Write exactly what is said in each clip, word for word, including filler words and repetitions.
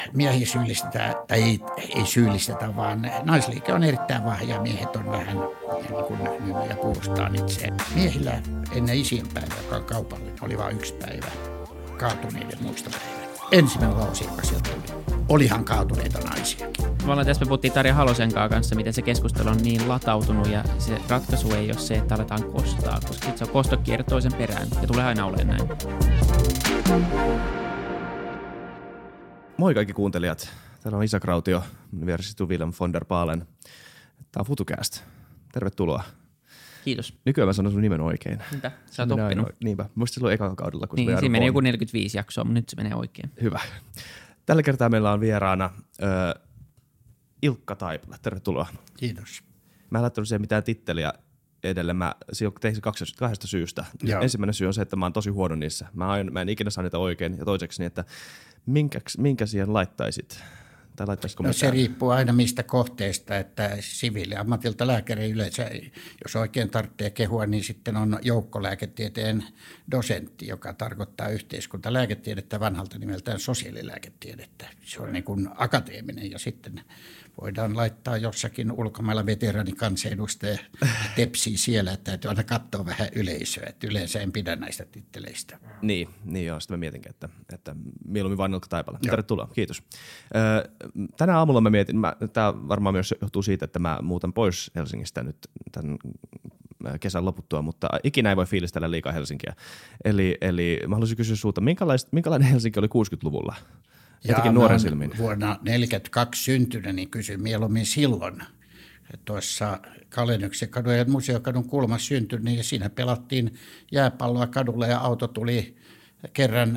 Miehiä syyllistetään, tai ei, ei syyllistetä, vaan naisliike on erittäin vahva ja miehet on vähän niin kuin ja puolustaa itseään. Miehillä ennen isien päivää, joka on kaupallinen, oli vain yksi päivä, kaatuneiden muistopäivä. Ensimmäinen lause, joka sieltä tuli. Olihan kaatuneita naisiakin. Me ollaan tässä, me puhuttiin Tarja Halosen kanssa, miten se keskustelu on niin latautunut ja se ratkaisu ei ole se, että aletaan kostaa, koska sitten se on kostokierre toisen perään ja tulee aina olemaan näin. Moi kaikki kuuntelijat. Täällä on Isak Rautio, vieressä Willem von der Paalen. Tämä on FutuCast. Tervetuloa. Kiitos. Nykyään mä sanon sun nimen oikein. Mitä? Sä oot oppinut. Aina, niinpä. Muistin silloin ekalla kaudella. Kun niin, siinä menee joku neljäkymmentäviisi jaksoa, mutta nyt se menee oikein. Hyvä. Tällä kertaa meillä on vieraana äh, Ilkka Taipale. Tervetuloa. Kiitos. Mä en laittanut siihen mitään titteliä edelle. Mä tein se kahdesta syystä. Joo. Ensimmäinen syy on se, että mä oon tosi huono niissä. Mä, aion, mä en ikinä saa niitä oikein. Ja toiseksi niin, että minkäks, minkä siihen laittaisit? Tai laittaisitko no, se riippuu aina mistä kohteesta, että siviiliammatilta lääkäri yleensä, jos oikein tarvitsee kehua, niin sitten on joukkolääketieteen dosentti, joka tarkoittaa yhteiskuntalääketiedettä vanhalta nimeltään sosiaalilääketiedettä. Se on niin kuin akateeminen ja sitten voidaan laittaa jossakin ulkomailla veteraanikansanedustaja tepsii siellä, että täytyy aina katsoa vähän yleisöä, että yleensä en pidä näistä titteleistä. Niin, niin joo, sitten mä mietinkin, että, että mieluummin vain Ilkka Taipale. Tervetuloa, kiitos. Öö, tänä aamulla mä mietin, tämä varmaan myös johtuu siitä, että mä muutan pois Helsingistä nyt tämän kesän loputtua, mutta ikinä ei voi fiilistellä liikaa Helsinkiä. Eli, eli mä haluaisin kysyä sulta, minkälainen Helsinki oli kuusikymmentäluvulla? Jotenkin nuoren silmin. Vuonna neljäkymmentäkaksi syntynyt, niin kysyn mieluummin silloin. Tuossa Kalennyksen kadun ja Museokadun kulmassa syntynyt, niin siinä pelattiin jääpalloa kadulla ja auto tuli kerran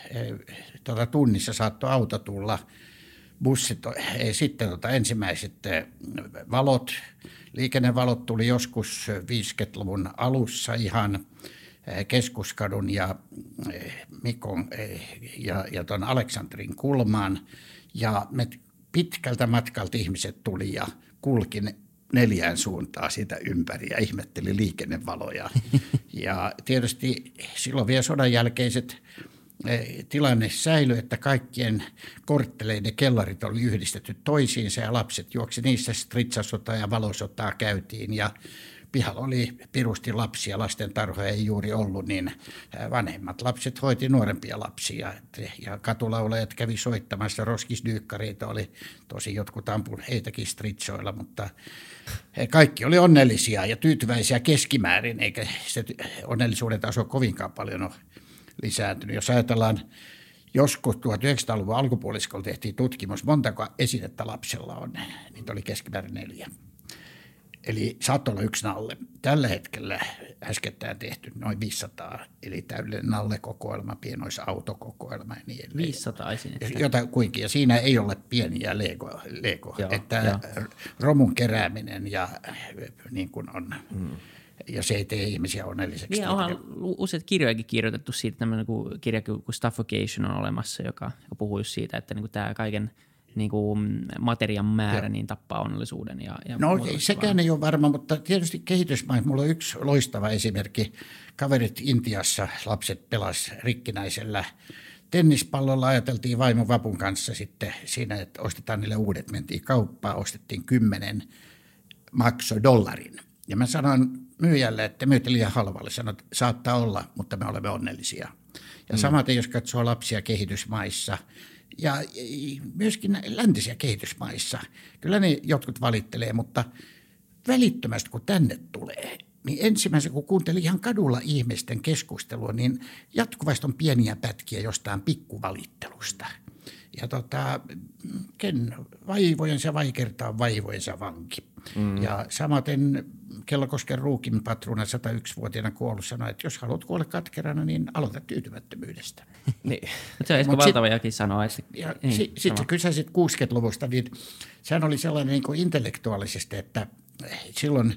tuota, tunnissa saattoi auto tulla. Bussit, ei, sitten tuota, ensimmäiset valot, liikennevalot tuli joskus viisikymmentäluvun alussa ihan Keskuskadun ja Mikon ja, ja tuon Aleksanterin kulmaan. Ja me pitkältä matkalta ihmiset tuli ja kulki neljään suuntaan siitä ympäri ja ihmetteli liikennevaloja. Ja tietysti silloin vielä sodan jälkeiset tilanne säilyi, että kaikkien kortteleiden kellarit oli yhdistetty toisiinsa ja lapset juoksi niissä, stritsasotaa ja valosotaa käytiin ja pihalla oli pirusti lapsia, lasten tarhoja ei juuri ollut, niin vanhemmat lapset hoiti nuorempia lapsia ja katulaulajat kävi soittamassa, roskisdyykkareita oli, tosi jotkut ampun heitäkin stritsoilla, mutta kaikki oli onnellisia ja tyytyväisiä keskimäärin, eikä se onnellisuuden taso kovinkaan paljon ole lisääntynyt. Jos ajatellaan, joskus tuhatyhdeksänsataaluvun alkupuoliskolla tehtiin tutkimus, montako esinettä lapsella on, niitä oli keskimäärin neljä. Eli saattoi olla yksi nalle. Tällä hetkellä äskettäin tehty noin viisisataa, eli täydellinen nallekokoelma, pienoisautokokoelma ja niin edelleen. viisisataa esinettä. Jota kuinkin, ja siinä ei ole pieniä lego, lego joo, että joo. romun kerääminen ja niin kuin on. Hmm. Ja se ei tee ihmisiä onnelliseksi. Niin, onhan useat kirjojakin kirjoitettu siitä, tämmöinen kirja kuin Stuffocation on olemassa, joka, joka puhuu just siitä, että niin tämä kaiken niin kuin materian määrä niin tappaa onnellisuuden. Ja, ja no sekään ei ole varma, mutta tietysti kehitysmaissa, mulla on yksi loistava esimerkki. Kaverit Intiassa, lapset pelas rikkinäisellä tennispallolla, ajateltiin vaimon vapun kanssa sitten siinä, että ostetaan niille uudet, mentiin kauppaan, ostettiin kymmenen makso dollarin. Ja mä sanoin myyjälle, että myytte liian halvalle, sanoin, että saattaa olla, mutta me olemme onnellisia. Ja mm. samaten jos katsoo lapsia kehitysmaissa, ja myöskin läntisiä kehitysmaissa. Kyllä ne jotkut valittelee, mutta välittömästi kun tänne tulee, niin ensimmäisen kun kuuntelin ihan kadulla ihmisten keskustelua, niin jatkuvasti on pieniä pätkiä jostain pikkuvalittelusta. Ja tota, ken vaivojensa vaikertaa vaivojensa vanki. Mm. Ja samaten Kellokosken Ruukin patruuna sata yksi-vuotiaana kuollut sanoi, että jos haluat kuolla katkerana, niin aloita tyytymättömyydestä. Niin. Mutta se on Esko Valtavajakin sanoa. Että, ja niin, si, sitten kysäisit kuusikymmentäluvusta, niin sehän oli sellainen niin kuin intellektuaalisesti, että silloin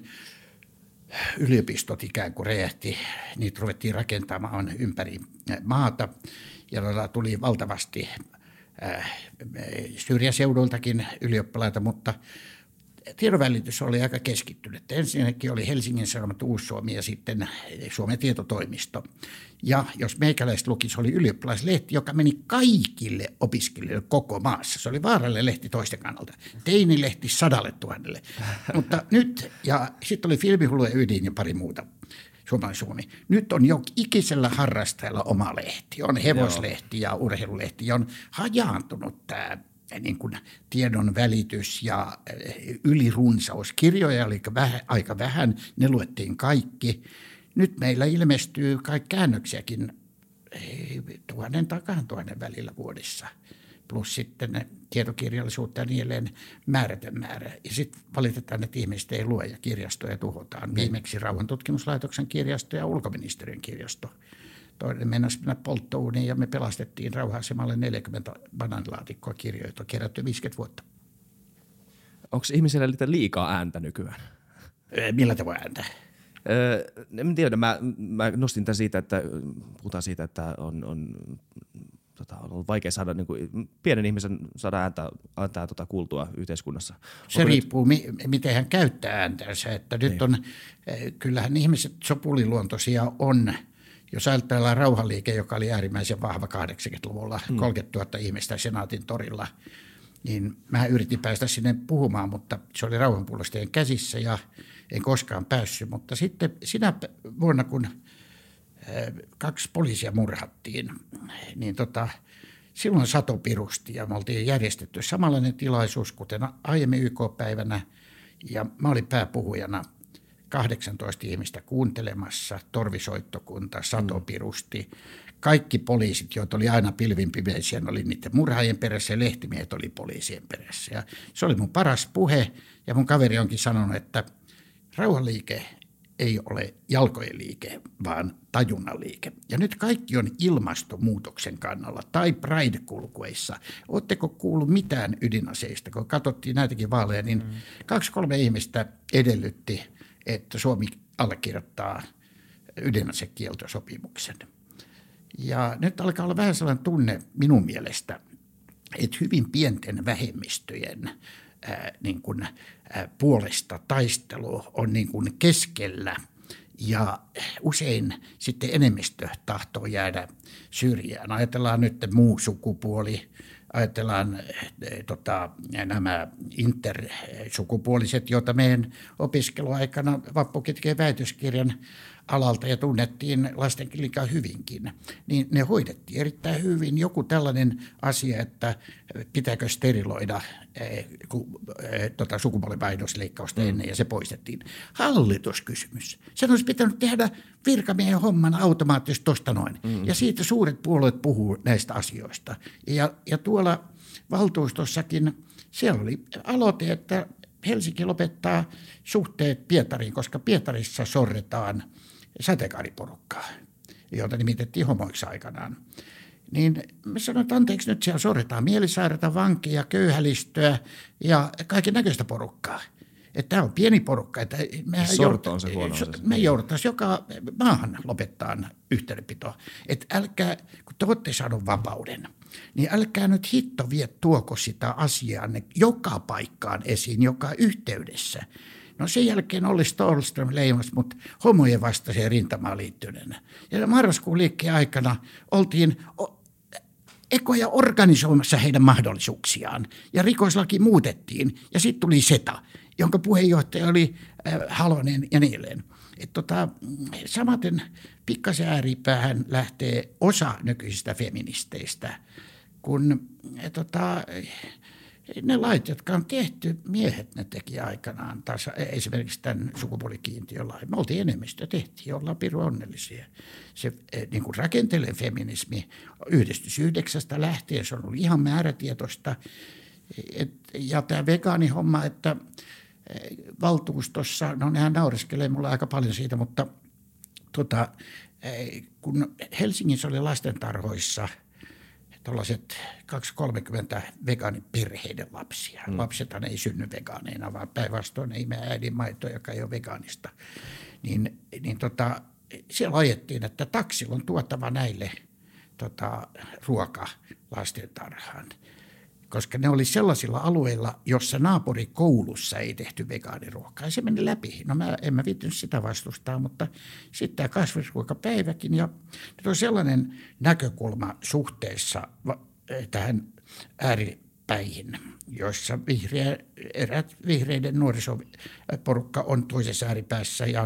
yliopistot ikään kuin räjähti, niitä ruvettiin rakentamaan ympäri maata ja tuli valtavasti syrjäseuduiltakin ylioppilaita, mutta tiedonvälitys oli aika keskittynyt. Ensinnäkin oli Helsingin Sanomat, Uusi-Suomi ja sitten Suomen tietotoimisto. Ja jos meikäläiset lukisi, oli ylioppilaslehti, joka meni kaikille opiskelijoille koko maassa. Se oli vaarallinen lehti toisten kannalta. Teinilehti sadalle tuhannelle. Mutta nyt, ja sitten oli Filmihullu ja Ydin ja pari muuta. Suomen Suomi. Nyt on jo ikisellä harrastajalla oma lehti. On hevoslehti ja urheilulehti ja on hajaantunut tämä niin kuin tiedon välitys ja ylirunsaus. Kirjoja oli aika vähän, ne luettiin kaikki. Nyt meillä ilmestyy kaikki käännöksiäkin tuhannen tai kahden tuhannen välillä vuodessa. Plus sitten tietokirjallisuutta ja niin edelleen määrätön määrä. Ja sitten valitetaan, että ihmiset ei lue ja kirjastoja tuhotaan. Viimeksi Rauhantutkimuslaitoksen kirjasto ja ulkoministeriön kirjasto. Toinen mennäisi mennä polttouuniin ja me pelastettiin rauha-asemalle neljäkymmentä bananilaatikkoa kirjoita, kerätty viisikymmentä vuotta. Onko ihmisellä liikaa ääntä nykyään? Millä tavoin ääntä? Öö, en tiedä, mä, mä nostin tämän siitä, että puhutaan siitä, että on, on, tota, on ollut vaikea saada niin kuin, pienen ihmisen saada ääntä, ääntä tota, kuultua yhteiskunnassa. Se Onko riippuu, nyt... miten hän käyttää ääntänsä. Että nyt on, kyllähän ihmiset sopuliluontoisia on. Jos ajatellaan rauhanliike, joka oli äärimmäisen vahva kahdeksankymmentäluvulla, hmm. kolmekymmentätuhatta ihmistä Senaatin torilla, niin mä yritin päästä sinne puhumaan, mutta se oli rauhanpuolustajien käsissä ja en koskaan päässyt. Mutta sitten sinä vuonna, kun kaksi poliisia murhattiin, niin tota, silloin sato pirusti ja me oltiin järjestetty samanlainen tilaisuus, kuten aiemmin Y K-päivänä, ja mä olin pääpuhujana. kahdeksantoista ihmistä kuuntelemassa, torvisoittokunta, sato pirusti. Kaikki poliisit, joita oli aina pilvinpimeisiä, oli niiden murhaajien perässä ja lehtimiehet oli poliisien perässä. Ja se oli mun paras puhe ja mun kaveri onkin sanonut, että rauhanliike ei ole jalkojen liike, vaan tajunnan liike. Ja nyt kaikki on ilmastonmuutoksen kannalla tai Pride-kulkueissa. Oletteko kuullut mitään ydinaseista? Kun katsottiin näitäkin vaaleja, niin mm. kaksi kolme ihmistä edellytti, että Suomi allekirjoittaa ydinasekieltosopimuksen. Ja nyt alkaa olla vähän sellainen tunne minun mielestä, että hyvin pienten vähemmistöjen ää, niin kuin, ää, puolesta taistelu on niin kuin keskellä ja usein sitten enemmistö tahtoo jäädä syrjään. Ajatellaan nyt muu sukupuoli. Ajatellaan tota, nämä intersukupuoliset, joita meidän opiskeluaikana Vappukin tekee väitöskirjan alalta ja tunnettiin lastenklinikkaa hyvinkin, niin ne hoidettiin erittäin hyvin. Joku tällainen asia, että pitääkö steriloida eh, ku, eh, tota, sukupuolivaihdosleikkausta mm. ennen ja se poistettiin. Hallituskysymys. Sen olisi pitänyt tehdä virkamiehen homman automaattisesti tuosta noin. Mm. Ja siitä suuret puolueet puhuu näistä asioista. Ja, ja tuolla valtuustossakin siellä oli aloite, että Helsinki lopettaa suhteet Pietariin, koska Pietarissa sorretaan sateenkaariporukkaa, jota nimitettiin homoiksi aikanaan. Niin mä sanoin, että anteeksi, nyt siellä sorretaan mielisairaita, vankeja, köyhälistöä ja kaiken näköistä porukkaa. Että tämä on pieni porukka. Että sorto on se huono asia. Me jouduttaisiin joka maahan lopettaa yhteydenpitoa. Että älkää, kun te olette saanut vapauden, niin älkää nyt hitto vie tuoko sitä asiaa joka paikkaan esiin, joka yhteydessä. No sen jälkeen Olli Ståhlström leimasi mut homojen vastaiseen rintamaan liittyneenä. Ja marraskuun liikkeen aikana oltiin ekoja organisoimassa heidän mahdollisuuksiaan. Ja rikoslaki muutettiin ja sitten tuli SETA, jonka puheenjohtaja oli äh, Halonen ja niin edelleen. Et tota, samaten pikkasen ääripäähän lähtee osa nykyisistä feministeistä, kun et, tota, ne lait, jotka on tehty, miehet ne teki aikanaan, taas esimerkiksi tämän sukupuolikiintiön lain. Me oltiin enemmistö, tehtiin, ollaan pirun onnellisia. Se niin kuin rakenteellinen feminismi yhdeksäntoista lähtien, se on ollut ihan määrätietoista. Et, ja tämä vegaanihomma, että valtuustossa, no nehän naureskelee mulle aika paljon siitä, mutta tota, kun Helsingissä oli lastentarhoissa tuollaiset kaksi kolmekymmentä vegaaniperheiden lapsia. Mm. Lapsethan ei synny vegaaneina, vaan päinvastoin ei mene äidin maitoa, joka ei ole vegaanista. Niin, niin tota, siellä ajettiin, että taksilla on tuotava näille tota, ruoka lastentarhaan. koska ne oli sellaisilla alueilla, jossa naapurikoulussa ei tehty vegaaniruokaa. Ja se meni läpi. No mä, en mä viittynyt sitä vastustaa, mutta sitten tämä kasvisruokapäiväkin. Ja nyt on sellainen näkökulma suhteessa tähän ääripäihin, joissa vihreä, erät vihreiden nuorisoporukka on toisessa ääripäässä ja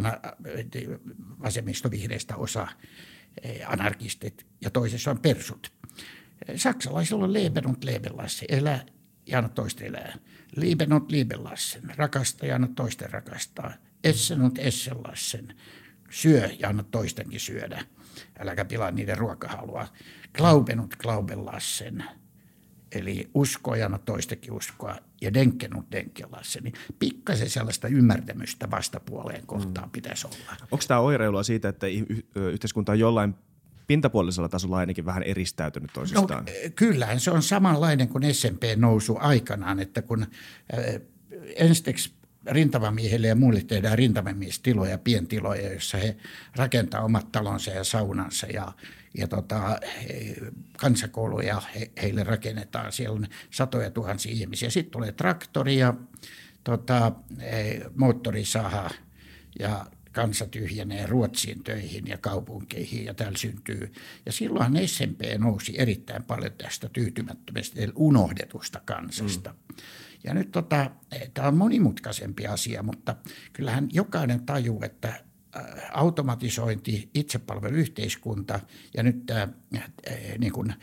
vasemmistovihreistä osa anarkistit ja toisessa on persut. Saksalaisilla on Leben und Lebenlassen, elää ja anna toista elää. Lieben und Liebenlassen, rakasta ja anna toisten rakastaa. Essen und Essenlassen, syö ja anna toistenkin syödä. Äläkä pilaa niiden ruokahalua. Glauben und Glaubenlassen, eli uskoa ja anna toistenkin uskoa. Ja denken und Denkenlassen, niin pikkasen sellaista ymmärtämystä vastapuoleen kohtaan mm. pitäisi olla. Onko tämä oireilua siitä, että yhteiskunta on jollain pintapuolisella tasolla ainakin vähän eristäytynyt toisistaan? No, kyllähän se on samanlainen kuin S and P nousu aikanaan, että kun äh, ensiksi rintamamiehille ja muille tehdään rintamamiestiloja, pientiloja, joissa he rakentaa omat talonsa ja saunansa ja, ja tota, kansakouluja he, heille rakennetaan. Siellä on satoja tuhansia ihmisiä. Sitten tulee traktori ja tota, moottorisaha ja kansa tyhjenee Ruotsiin töihin ja kaupunkeihin ja täällä syntyy. Ja silloinhan S and P nousi erittäin paljon tästä tyytymättömästä eli unohdetusta kansasta. Mm. Ja nyt tota, tämä on monimutkaisempi asia, mutta kyllähän jokainen tajuu, että automatisointi, itsepalveluyhteiskunta ja nyt tämä, niin kuin,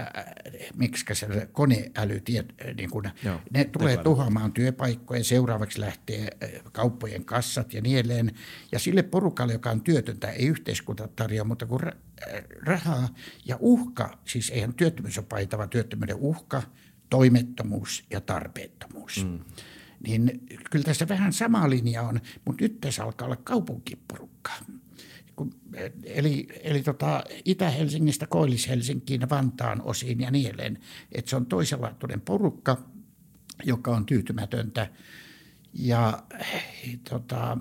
miksi se koneäly, niin kuin, Joo, ne tulee tehdään. tuhoamaan työpaikkoja, seuraavaksi lähtee kauppojen kassat ja niin edelleen. Ja sille porukalle, joka on työtöntä, ei yhteiskunta tarjoa muuta kuin rahaa ja uhka, siis eihän työttömyys ole paitava työttömyyden uhka, toimettomuus ja tarpeettomuus. Mm. Niin kyllä tässä vähän sama linja on, mutta nyt tässä alkaa olla kaupunkiporukka. Eli, eli tota Itä-Helsingistä Koillis-Helsinkiin, Vantaan osiin ja niin edelleen. Että se on toisenlaatuinen porukka, joka on tyytymätöntä. Ja tota,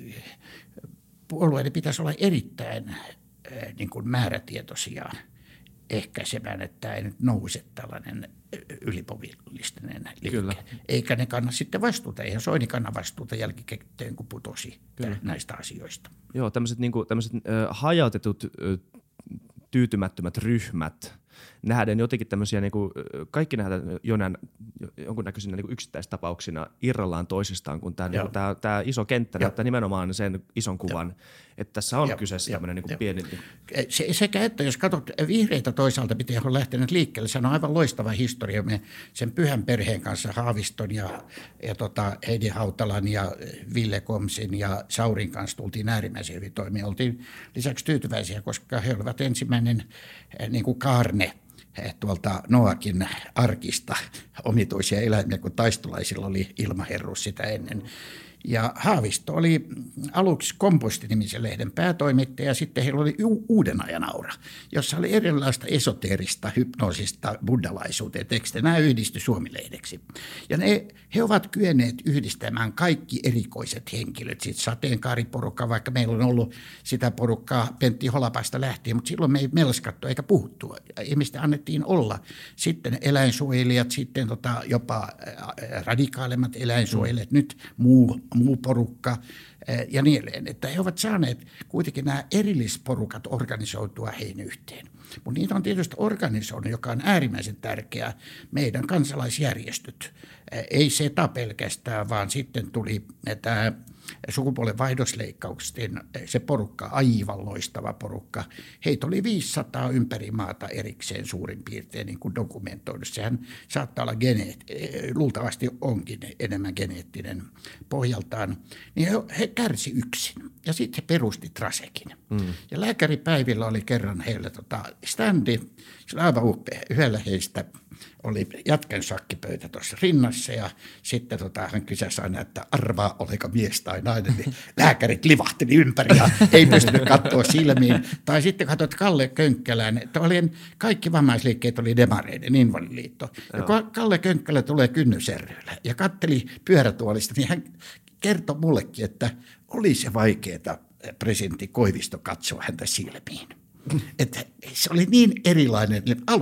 puolueiden pitäisi olla erittäin niin kuin määrätietoisia ehkäisemään, että ei nyt nouse tällainen ylipopulistinen liike. Eikä ne kanna sitten vastuuta. Eihän Soini kanna vastuuta jälkikäteen, kun putosi Kyllä. näistä asioista. Joo, tämmöiset niinku, tämmöiset, äh, hajautetut äh, tyytymättömät ryhmät, nähdään jotenkin tämmöisiä, niinku, kaikki nähdään jonain, jonkunnäköisinä niinku yksittäistapauksina irrallaan toisistaan, kun tämä niinku, iso kenttä Joo. näyttää nimenomaan sen ison kuvan, Joo. että tässä on Joo. kyseessä Joo. tämmöinen niinku pieni... Se, sekä että, jos katsot vihreitä toisaalta, miten on lähtenyt liikkeelle, se on aivan loistava historia. Me sen Pyhän perheen kanssa Haaviston ja, ja tota Heidi Hautalan ja Ville Komsin ja Saurin kanssa tultiin äärimmäisen hyvin toimia. Oltiin lisäksi tyytyväisiä, koska he olivat ensimmäinen niin kuin kaarne tuolta Noakin arkista omituisia eläimiä, kun taistolaisilla oli ilmaherruus sitä ennen. Ja Haavisto oli aluksi Komposti-nimisen lehden päätoimittaja ja sitten heillä oli Uuden ajan aura, jossa oli erilaista esoteerista, hypnoosista, buddhalaisuuteen tekstejä. Nämä yhdistyi Suomi-lehdeksi. Ja ne, he ovat kyenneet yhdistämään kaikki erikoiset henkilöt, sitten sateenkaariporukka, vaikka meillä on ollut sitä porukkaa Pentti Holapaista lähtien, mutta silloin me ei melskattu eikä puhuttu. Ihmisten annettiin olla. Sitten eläinsuojelijat, sitten tota jopa radikaalemmat eläinsuojelijat, mm. nyt muu muu porukka ja niin edelleen. Että he ovat saaneet kuitenkin nämä erillisporukat organisoitua heihin yhteen. Mutta niitä on tietysti organisoinut, joka on äärimmäisen tärkeää, meidän kansalaisjärjestöt. Ei S E T A pelkästään, vaan sitten tuli tämä sukupuolen vaihdosleikkauksien se porukka, aivan loistava porukka. Heitä oli viisisataa ympäri maata erikseen suurin piirtein niin kuin dokumentoidu. Sehän saattaa olla geneet, luultavasti onkin enemmän geneettinen pohjaltaan. Niin he, he kärsi yksin ja sitten he perusti Trasekin. Mm. Ja lääkäripäivillä oli kerran heillä tota standi, se oli aivan upea. Yhdellä heistä oli jatken sakkipöytä tuossa rinnassa ja sitten tota, hän kysäsi aina, että arvaa oliko mies tai nainen, niin lääkärit livahteli ympäri ja ei pystynyt katsoa silmiin. Tai sitten katsoit Kalle Könkkälän, että oli, kaikki vammaisliikkeet oli demareiden, Invalidiliitto. Ja Kalle Könkkälä tulee Kynnysärryllä ja katteli pyörätuolista, niin hän kertoi mullekin, että oli se vaikeaa presidentti Koivisto katsoa häntä silmiin. Että se oli niin erilainen aluksi.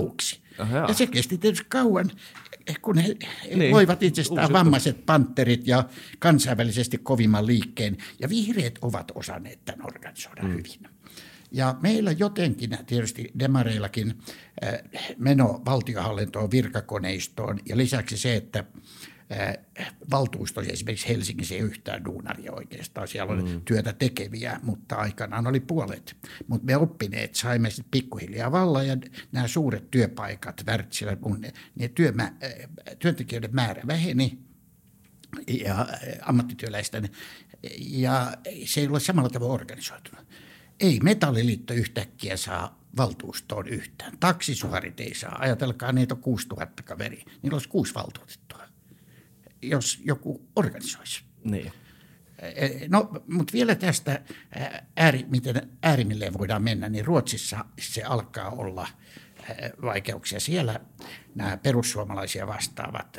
Aha, ja se kesti tietysti kauan, kun he niin. loivat itsestään Uusi vammaiset panterit ja kansainvälisesti kovimman liikkeen. Ja vihreät ovat osanneet tämän organisoida mm. hyvin. Ja meillä jotenkin, tietysti demareillakin, meno valtiohallintoon, virkakoneistoon ja lisäksi se, että valtuustossa esimerkiksi Helsingissä ei yhtään duunaria oikeastaan. Siellä oli mm. työtä tekeviä, mutta aikanaan oli puolet. Mutta me oppineet saimme sitten pikkuhiljaa vallan ja nämä suuret työpaikat, Wärtsilä, ne työmä, työntekijöiden määrä väheni ja ammattityöläisten ja se ei ole samalla tavalla organisoitunut. Ei Metalliliitto yhtäkkiä saa valtuustoon yhtään. Taksisuharit ei saa. Ajatelkaa, niitä on kuusituhatta kaveri. Niillä olisi kuusi valtuutettua, jos joku organisoisi. Niin. No, mutta vielä tästä, ääri, miten äärimmilleen voidaan mennä, niin Ruotsissa se alkaa olla vaikeuksia. Siellä nämä perussuomalaisia vastaavat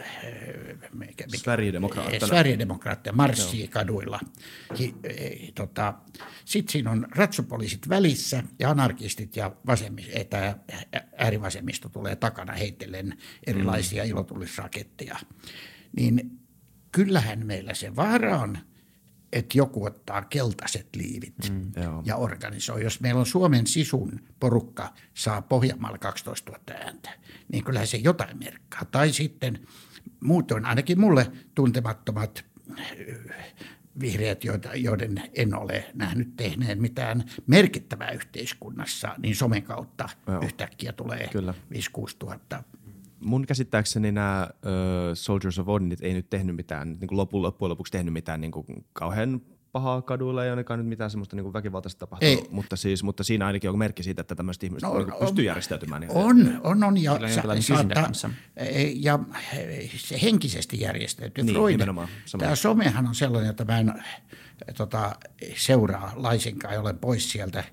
Sverigedemokraatteja marssii kaduilla. Tota, sitten siinä on ratsupoliisit välissä ja anarkistit ja että äärivasemmisto tulee takana heitellen erilaisia mm. ilotullisraketteja. Niin kyllähän meillä se vaara on, että joku ottaa keltaiset liivit mm, ja organisoi. Jos meillä on Suomen sisun porukka saa Pohjanmaalla kaksitoistatuhatta ääntä, niin kyllähän se jotain merkkaa. Tai sitten muutoin ainakin mulle tuntemattomat vihreät, joiden en ole nähnyt tehneen mitään merkittävää yhteiskunnassa, niin somen kautta Joo. yhtäkkiä tulee viisi kuusi tuhatta. Mun käsittääkseni nämä uh, Soldiers of Odinit ei nyt tehnyt mitään, niin kuin loppujen lopuksi tehnyt mitään niin kuin kauhean pahaa kaduilla, ei ainakaan nyt mitään semmoista niin kuin väkivaltaista tapahtunut, mutta, siis, mutta siinä ainakin on merkki siitä, että tämmöistä ihmistä no, niin pystyy järjestäytymään. On, on, on ja, sa, ja se henkisesti järjestäytyy. Niin, Freud, tämä somehan on sellainen, jota mä en tota, seuraa laisinkaan ja olen pois sieltä.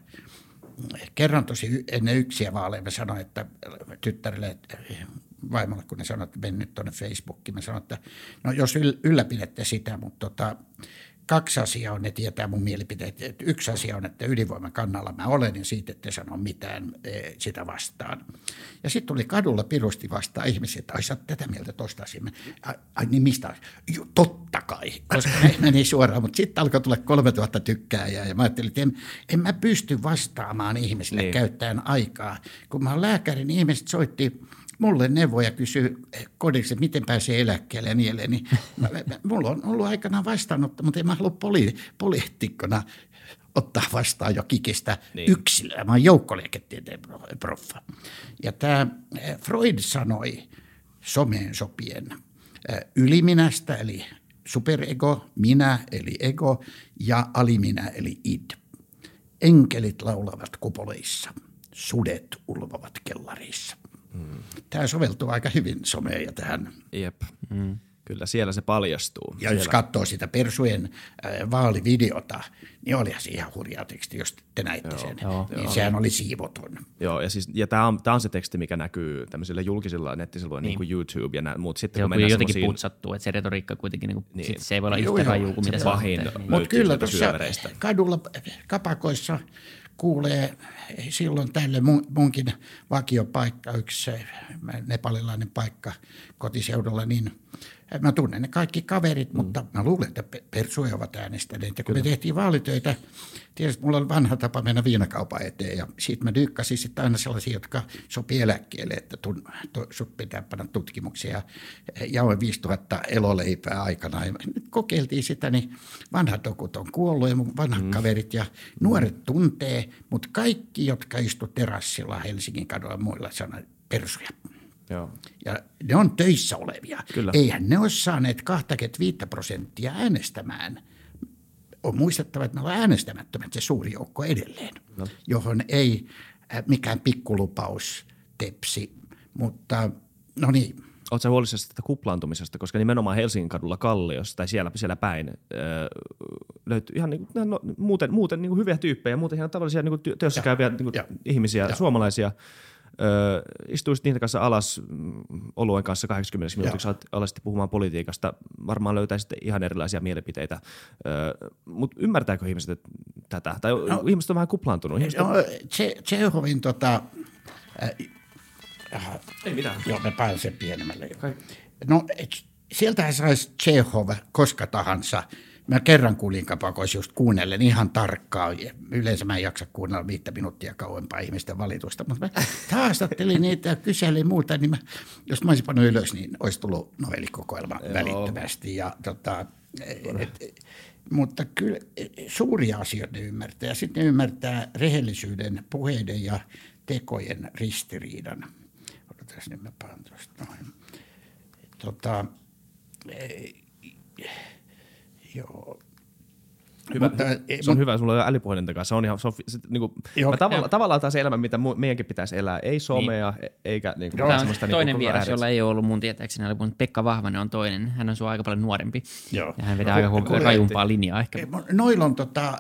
Kerran tosi ennen yksiä vaaleja mä sanoin, että tyttärille, että vaimolle, kun ne sanoi, että menen nyt tuonne Facebookiin, mä sanoin, että no jos ylläpidette sitä, mutta tota, kaksi asiaa on, ne tietää mun mielipiteet. Yksi asia on, että ydinvoiman kannalla mä olen ja siitä ette sano mitään e, sitä vastaan. Ja sitten tuli kadulla pirusti vastaan ihmisiä, että ai sä oot tätä mieltä tosta asiaa. Ai, ai niin mistä? Jo, totta kai, koska ne meni suoraan, mutta sitten alkoi tulla kolmetuhatta tykkääjää ja mä ajattelin, että en, en mä pysty vastaamaan ihmisille niin. käyttäen aikaa. Kun mä oon lääkäri, niin ihmiset soitti mulle neuvoja kysyy kodiksi, että miten pääsee eläkkeelle ja niin edelleen. Niin mulla on ollut aikanaan vastaanotto, mutta en mä halua poli- poliitikkona ottaa vastaan jo kikistä niin. yksilöä. Mä oon joukkolääketieteen proffa. Ja tämä Freud sanoi someen sopien yliminästä, eli superego, minä, eli ego, ja aliminä, eli id. Enkelit laulavat kupoleissa, sudet ulvovat kellarissa. Hmm. Tämä soveltuu aika hyvin someen ja tähän. Jep. Hmm. Kyllä siellä se paljastuu. Ja siellä. jos katsoo sitä Persujen äh, vaalivideota, niin olihan se ihan hurjaa teksti, jos te näitte joo, sen. Joo, niin joo. Sehän oli siivoton. Joo, ja, siis, ja tämä on, on se teksti, mikä näkyy tämmöisillä julkisilla nettisivuilla, niin. niin kuin YouTube ja muut. Sitten, kun mennään jotenkin putsattuu, että se retoriikka kuitenkin, niin kuin, niin. se ei voi olla yhtä raju kuin mitä se pahin. Mutta kyllä tuossa kadulla kapakoissa kuulee silloin tälle mun, munkin vakiopaikka, yksi nepalilainen paikka kotiseudulla, niin mä tunnen ne kaikki kaverit, mm. mutta mä luulen, että Persuja ovat äänestäneet. Ja kun Kyllä. me tehtiin vaalitöitä, tietysti mulla oli vanha tapa mennä viinakaupan eteen ja siitä mä dyykkasin sitten aina sellaisia, jotka sopii eläkkeelle, että tun, to, sut pitää panna tutkimuksia ja jaoin viisituhatta eloleipää aikana. Ja nyt kokeiltiin sitä, niin vanhat dokut on kuollut ja mun vanhat mm. kaverit ja nuoret tuntee, mutta kaikki, jotka istu terassilla Helsingin kadulla muilla sanoi Persuja. Joo. Ja ne on töissä olevia. Kyllä. Eihän ne ole saaneet kaksikymmentäviisi prosenttia äänestämään. On muistettava, että me ollaan äänestämättömät se suuri joukko edelleen, no. johon ei mikään pikkulupaus tepsi, mutta no niin. Oletko sä huolissasi tästä kuplaantumisesta, koska nimenomaan Helsingin kadulla Kalliossa tai siellä, siellä päin öö, löytyy ihan niin kuin, no, muuten, muuten niin kuin hyviä tyyppejä, muuten ihan tavallisia niin kuin työssä käyviä niin kuin ihmisiä, ja. suomalaisia. Öö, istuisit niiden kanssa alas oluen kanssa kahdeksankymmentä minuutiksi, alaisitte puhumaan politiikasta, varmaan löytäisitte ihan erilaisia mielipiteitä, öö, mutta ymmärtääkö ihmiset tätä? Tai no, ihmiset on vähän kuplaantunut. No, Tsehovin tota, Aha. Ei mitään. Joo, me pääsen pienemmälle. No, sieltähän saisi Tšehov koska tahansa. Mä kerran kuulin kapakoissa just kuunnellen ihan tarkkaan. Yleensä mä en jaksa kuunnella viittä minuuttia kauempaa ihmisten valitusta, mutta mä haastattelin niitä ja kyselin muuta, niin mä, jos mä olisin pannut ylös, niin olisi tullut novellikokoelma välittömästi. Ja, tota, et, mutta kyllä suuria asioita ne ymmärtää. Ja sitten ne ymmärtää rehellisyyden, puheiden ja tekojen ristiriidan. Odotas, niin mä panen tuosta noin. Tota, joo. Hyvä. Mutta, se on hyvä, sulla on älypuhelinta kanssa. Se on ihan, se on, se, niin kuin, joo, tavalla, tavallaan taas elämä, mitä mu, meidänkin pitäisi elää. Ei somea, niin. eikä niin kuin, Tämä on semmoista toinen niin vieras, jolla ei ole ollut mun tietääkseni älypuhelinta. Pekka Vahvanen on toinen. Hän on sua aika paljon nuorempi. Joo. Ja hän vetää no, aika rajumpaa linjaa ehkä. Noilla on tota,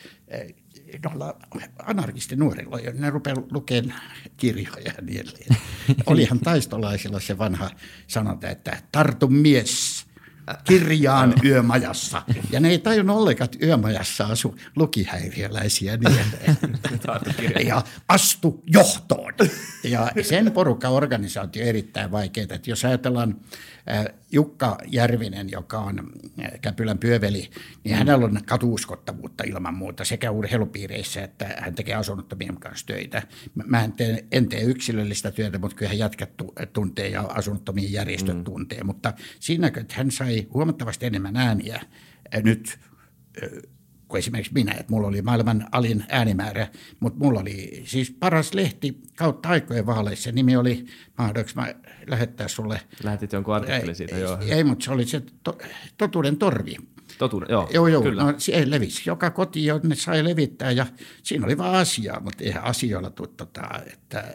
noilla anarkisti nuorilla, ne rupeaa lukemaan kirjoja ja niin edelleen. Olihan taistolaisilla se vanha sanonta, että tartu mies kirjaan yömajassa. Ja ne ei tajunnut ollenkaan, että yömajassa asu lukihäiriöläisiä niin edelleen. Ja astu johtoon. Ja sen porukan organisaatio on erittäin vaikeaa. Että jos ajatellaan Jukka Järvinen, joka on Käpylän pyöveli, niin hänellä on katuuskottavuutta ilman muuta sekä urheilupiireissä, että hän tekee asunnottomien kanssa töitä. Mä en tee, en tee yksilöllistä työtä, mutta kyllä hän jätkät tuntee ja asunnottomien järjestöt mm. tuntee. Mutta siinä, että hän sai huomattavasti enemmän ääniä nyt kuin esimerkiksi minä, että mulla oli maailman alin äänimäärä, mutta mulla oli siis paras lehti kautta aikojen vaaleissa. Se nimi oli, mahdollisesti mä lähettää sulle. Lähetit jonkun artikkelin siitä, ei, joo. Ei, mutta se oli se to, totuuden torvi. Totuuden, joo, joo, joo kyllä. No, se levisi joka koti, jonne sai levittää ja siinä oli vaan asiaa, mutta eihän asioilla tule tota, että,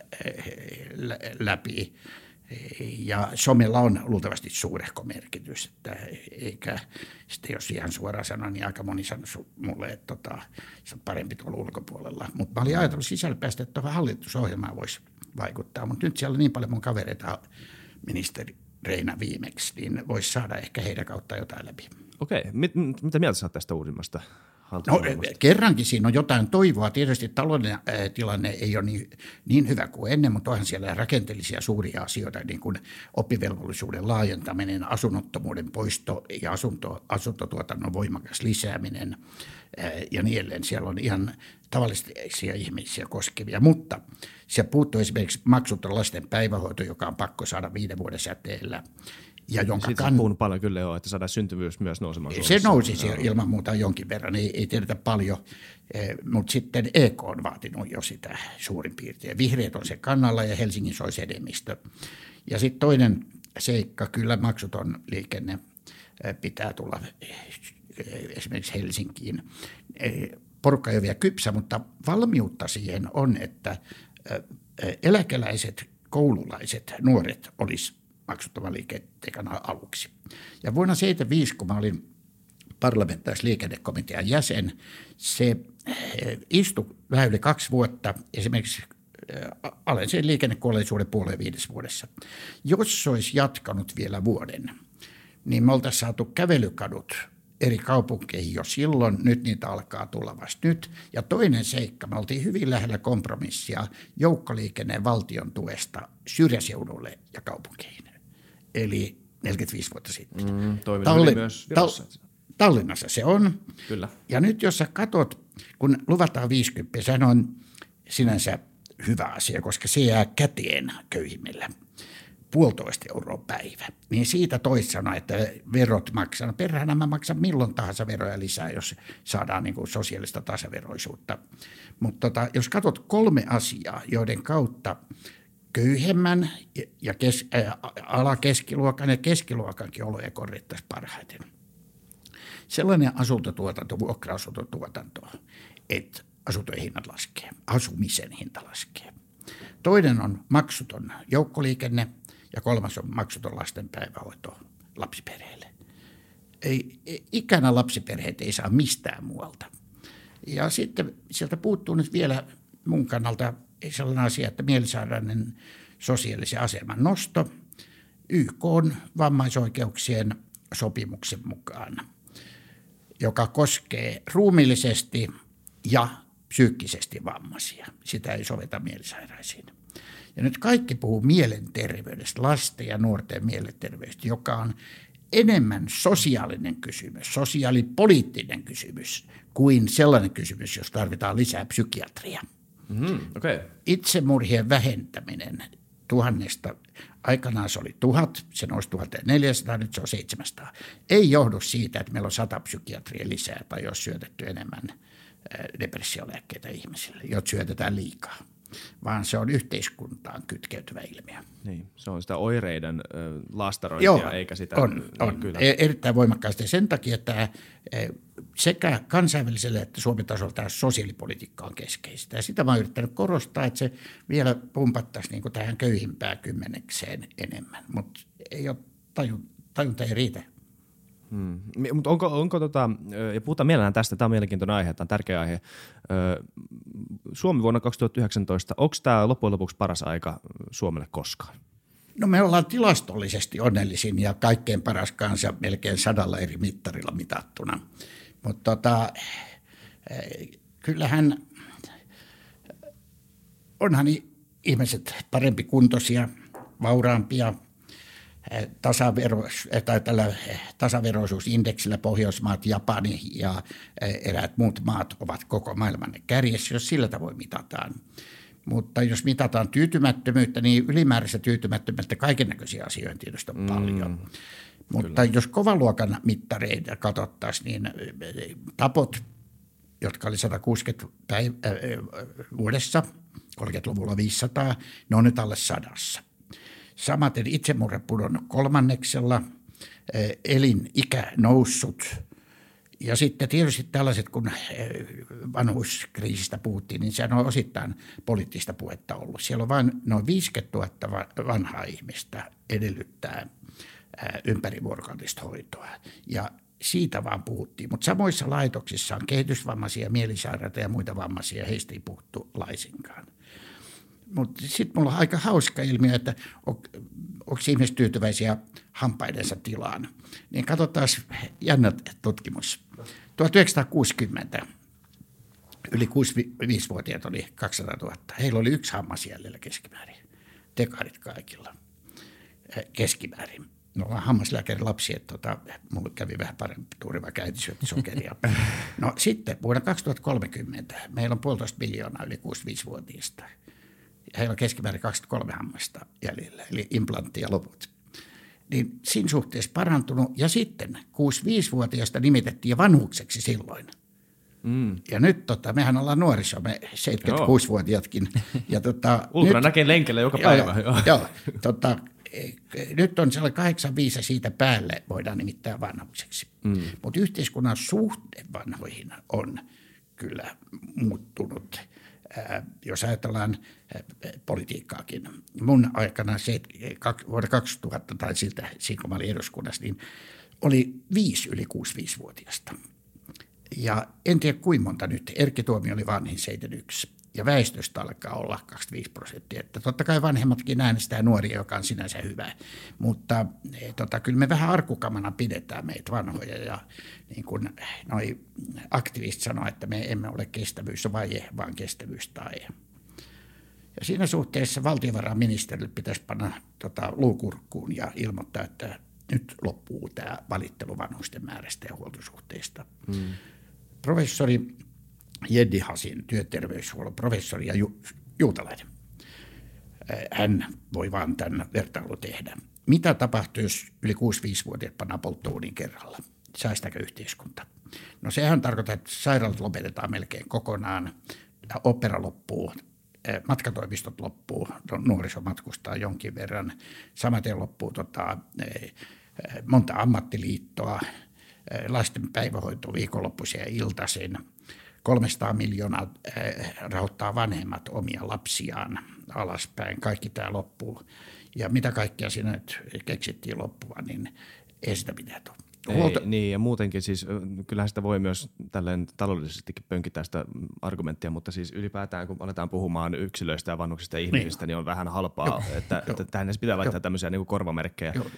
läpi. Ja somella on luultavasti suurehko merkitys, että eikä sitten jos ihan suoraan sanon, niin aika moni sanoi mulle, että tota, se on parempi tuolla ulkopuolella. Mutta mä olin ajatellut sisälläpäästä, että tuohon hallitusohjelmaan voisi vaikuttaa, mutta nyt siellä on niin paljon mun kavereita, ministeri Reina viimeksi, niin voisi saada ehkä heidän kautta jotain läpi. Okei, Mit, mitä mieltä sä oot tästä uusimmasta? No, kerrankin siinä on jotain toivoa. Tietysti talouden tilanne ei ole niin, niin hyvä kuin ennen, mutta onhan siellä rakenteellisia suuria asioita, niin kuin oppivelvollisuuden laajentaminen, asunnottomuuden poisto ja asunto, asuntotuotannon voimakas lisääminen ja niin edelleen. Siellä on ihan tavallisia ihmisiä koskevia, mutta se puuttuu esimerkiksi maksuton lasten päivähoito, joka on pakko saada viiden vuoden säteellä. Ja jonka siitä kann... puhunut paljon kyllä joo, että saadaan syntyvyys myös nousemaan Suomessa. Se nousi siellä ilman muuta jonkin verran, ei, ei tiedetä paljon, eh, mutta sitten E K on vaatinut jo sitä suurin piirtein. Vihreät on se kannalla ja Helsingin soisi enemmistö. Ja sitten toinen seikka, kyllä maksuton liikenne eh, pitää tulla eh, esimerkiksi Helsinkiin. Eh, porukka ei ole vielä kypsä, mutta valmiutta siihen on, että eh, eläkeläiset, koululaiset, nuoret olisi maksuttoman liikenteen aluksi. Ja vuonna seitsemänkymmentäviisi, kun mä olin parlamentaarisen liikennekomitean jäsen, se istui vähän yli kaksi vuotta esimerkiksi alensen liikennekuolleisuuden puoleen viides vuodessa. Jos se olisi jatkanut vielä vuoden, niin me oltaisiin saatu kävelykadut eri kaupunkeihin jo silloin, nyt niitä alkaa tulla vasta nyt. Ja toinen seikka, me oltiin hyvin lähellä kompromissia joukkoliikenneen valtion tuesta syrjäseudulle ja kaupunkeihin. Eli neljäkymmentäviisi vuotta sitten. Mm, Talli- myös Tal- Tallinnassa se on. Kyllä. Ja nyt jos sä katot, kun luvataan viisikymmentä, sehän on sinänsä hyvä asia, koska se jää käteen köyhimmillä. Puolitoista euroa päivä. Niin siitä toista sanoo, että verot maksaa. Perhänä mä maksan milloin tahansa veroja lisää, jos saadaan niin kuin sosiaalista tasaveroisuutta. Mutta tota, jos katsot kolme asiaa, joiden kautta köyhemmän ja kes, ää, alakeskiluokan ja keskiluokankin oloja korjattaisiin parhaiten. Sellainen asuntotuotanto, vuokra-asuntotuotanto, että asuntojen hinnat laskee, asumisen hinta laskee. Toinen on maksuton joukkoliikenne ja kolmas on maksuton lasten päivähoito lapsiperheille. Ei, ikänä lapsiperheet ei saa mistään muualta. Ja sitten sieltä puuttuu nyt vielä mun kannalta sellainen asia, että mielisairainen sosiaalisen aseman nosto Y K:n vammaisoikeuksien sopimuksen mukaan, joka koskee ruumiillisesti ja psyykkisesti vammaisia. Sitä ei soveta mielisairaisiin. Ja nyt kaikki puhuu mielenterveydestä, lasten ja nuorten mielenterveydestä, joka on enemmän sosiaalinen kysymys, sosiaalipoliittinen kysymys kuin sellainen kysymys, jos tarvitaan lisää psykiatria. Mm, okay. Itsemurhien vähentäminen tuhannesta, aikanaan se oli tuhat, se nousi tuhatneljäsataa, nyt se on seitsemänsataa. Ei johdu siitä, että meillä on sata psykiatria lisää tai jos syötetty enemmän depressiolääkkeitä ihmisille, jotka syötetään liikaa, vaan se on yhteiskuntaan kytkeytyvä ilmiö. Niin, se on sitä oireiden ö, laastarointia, Joo, eikä sitä. on, niin, on. Kyllä. Erittäin voimakkaasti. Sen takia, että sekä kansainväliselle että Suomen tasolla tämä sosiaalipolitiikka on keskeistä. Ja sitä mä oon yrittänyt korostaa, että se vielä pumpattaisi niin kuin tähän köyhimpään kymmenekseen enemmän, mutta ei ole tajun, tajunta ei riitä. Hmm. Mutta onko, onko tota, ja puhutaan mielellään tästä, tämä on mielenkiintoinen aihe, tämä on tärkeä aihe. Suomi vuonna kaksituhattayhdeksäntoista, onko tämä loppujen lopuksi paras aika Suomelle koskaan? No me ollaan tilastollisesti onnellisin ja kaikkein paras kansa melkein sadalla eri mittarilla mitattuna. Mutta tota, kyllähän onhan ihmiset parempi kuntoisia, vauraampia, tasavero, tai tällä tasaveroisuusindeksillä Pohjoismaat, Japani ja eräät muut maat ovat koko maailman kärjessä, jos sillä tavoin mitataan. Mutta jos mitataan tyytymättömyyttä, niin ylimääräistä tyytymättömyyttä kaikennäköisiä asioita tietysti on paljon. Mm, Mutta kyllä. Jos kovan luokan mittareita katsottaisiin, niin tapot, jotka oli sata kuusikymmentä päiv- äh, vuodessa, kolmekymmentäluvulla viisisataa, ne on nyt alle sadassa. Samaten itsemurre pudonnut kolmanneksella, elinikä noussut. Ja sitten tietysti tällaiset, kun vanhuuskriisistä puhuttiin, niin sehän on osittain poliittista puhetta ollut. Siellä on vain noin viisikymmentätuhatta vanhaa ihmistä edellyttää ympärivuorokautista hoitoa. Ja siitä vaan puhuttiin. Mutta samoissa laitoksissa on kehitysvammaisia, mielisairaita ja muita vammaisia, heistä ei puhuttu laisinkaan. Mutta sitten mulla on aika hauska ilmiö, että on, onko ihmiset tyytyväisiä hampaidensa tilaan. Niin katsotaan jännä tutkimus. tuhatyhdeksänsataakuusikymmentä yli kuusikymmentäviisivuotiaat oli kaksisataatuhatta. Heillä oli yksi hammas jäljellä keskimäärin. Dekarit kaikilla keskimäärin. Me ollaan hammaslääkärin lapsi, että tota, mulla kävi vähän parempi tuuri, vaikka äiti syötti sokeria. No sitten vuonna kaksituhattakolmekymmentä meillä on puolitoista miljoonaa yli kuusikymmentäviisivuotiaista. Heillä on keskimäärin kaksikymmentäkolme hammasta jäljellä, eli implantti ja loput. Niin siinä suhteessa parantunut. Ja sitten kuusikymmentäviisivuotiaista nimitettiin jo vanhukseksi silloin. Mm. Ja nyt tota, mehän ollaan nuoriso, me seitsemänkymmentäkuusivuotiaatkin. Ja tota, ulkona näkee lenkellä joka päivä. Joo, joo tota, nyt on sellainen kahdeksankymmentäviisi siitä päälle voidaan nimittää vanhukseksi. Mm. Mutta yhteiskunnan suhde vanhoihin on kyllä muuttunut. Äh, jos ajatellaan äh, politiikkaakin. Mun aikana se, vuonna kaksituhatta tai siltä, siinä kun mä olin eduskunnassa, niin oli viisi yli kuusikymmentäviisivuotiaista. Ja en tiedä kuinka monta nyt. Erkki Tuomio oli vanhin seitsemänkymmentäyksi. Ja väestöstä alkaa olla kaksikymmentäviisi prosenttia. Että totta kai vanhemmatkin äänestää nuoria, joka on sinänsä hyvä. Mutta e, tota, kyllä me vähän arkukamana pidetään meitä vanhoja. Ja niin kuin noi aktivistit sanoo, että me emme ole kestävyysvaje, vaan kestävyystae. Ja siinä suhteessa valtiovarainministerille pitäisi panna tota, luukurkkuun ja ilmoittaa, että nyt loppuu tämä valittelu vanhusten määrästä ja huoltosuhteista. Hmm. Professori Jeddi Hasin, työterveyshuollon professori ja ju- juutalainen. Hän voi vaan tämän vertailun tehdä. Mitä tapahtuu, jos yli kuusikymmentäviisivuotiaat pannaan polttouunin kerralla? Säästääkö yhteiskunta? No sehän tarkoittaa, että sairaalat lopetetaan melkein kokonaan, opera loppuu, matkatoimistot loppuu, nuoriso matkustaa jonkin verran, samaten loppuu tota, monta ammattiliittoa, lasten päivähoito viikonloppuisia ja iltaisin. kolmesataa miljoonaa rahoittaa vanhemmat omia lapsiaan alaspäin. Kaikki tämä loppuu. Ja mitä kaikkea siinä nyt keksittiin loppua, niin ei sitä mitään tule. Ei, niin ja muutenkin siis kyllähän sitä voi myös tälleen taloudellisestikin pönkitää sitä argumenttia, mutta siis ylipäätään kun aletaan puhumaan yksilöistä ja vanhuksista ja ihmisistä, niin, niin on vähän halpaa, jo, että, että tähän pitää laittaa jo. tämmöisiä niin kuin korvamerkkejä. Jo.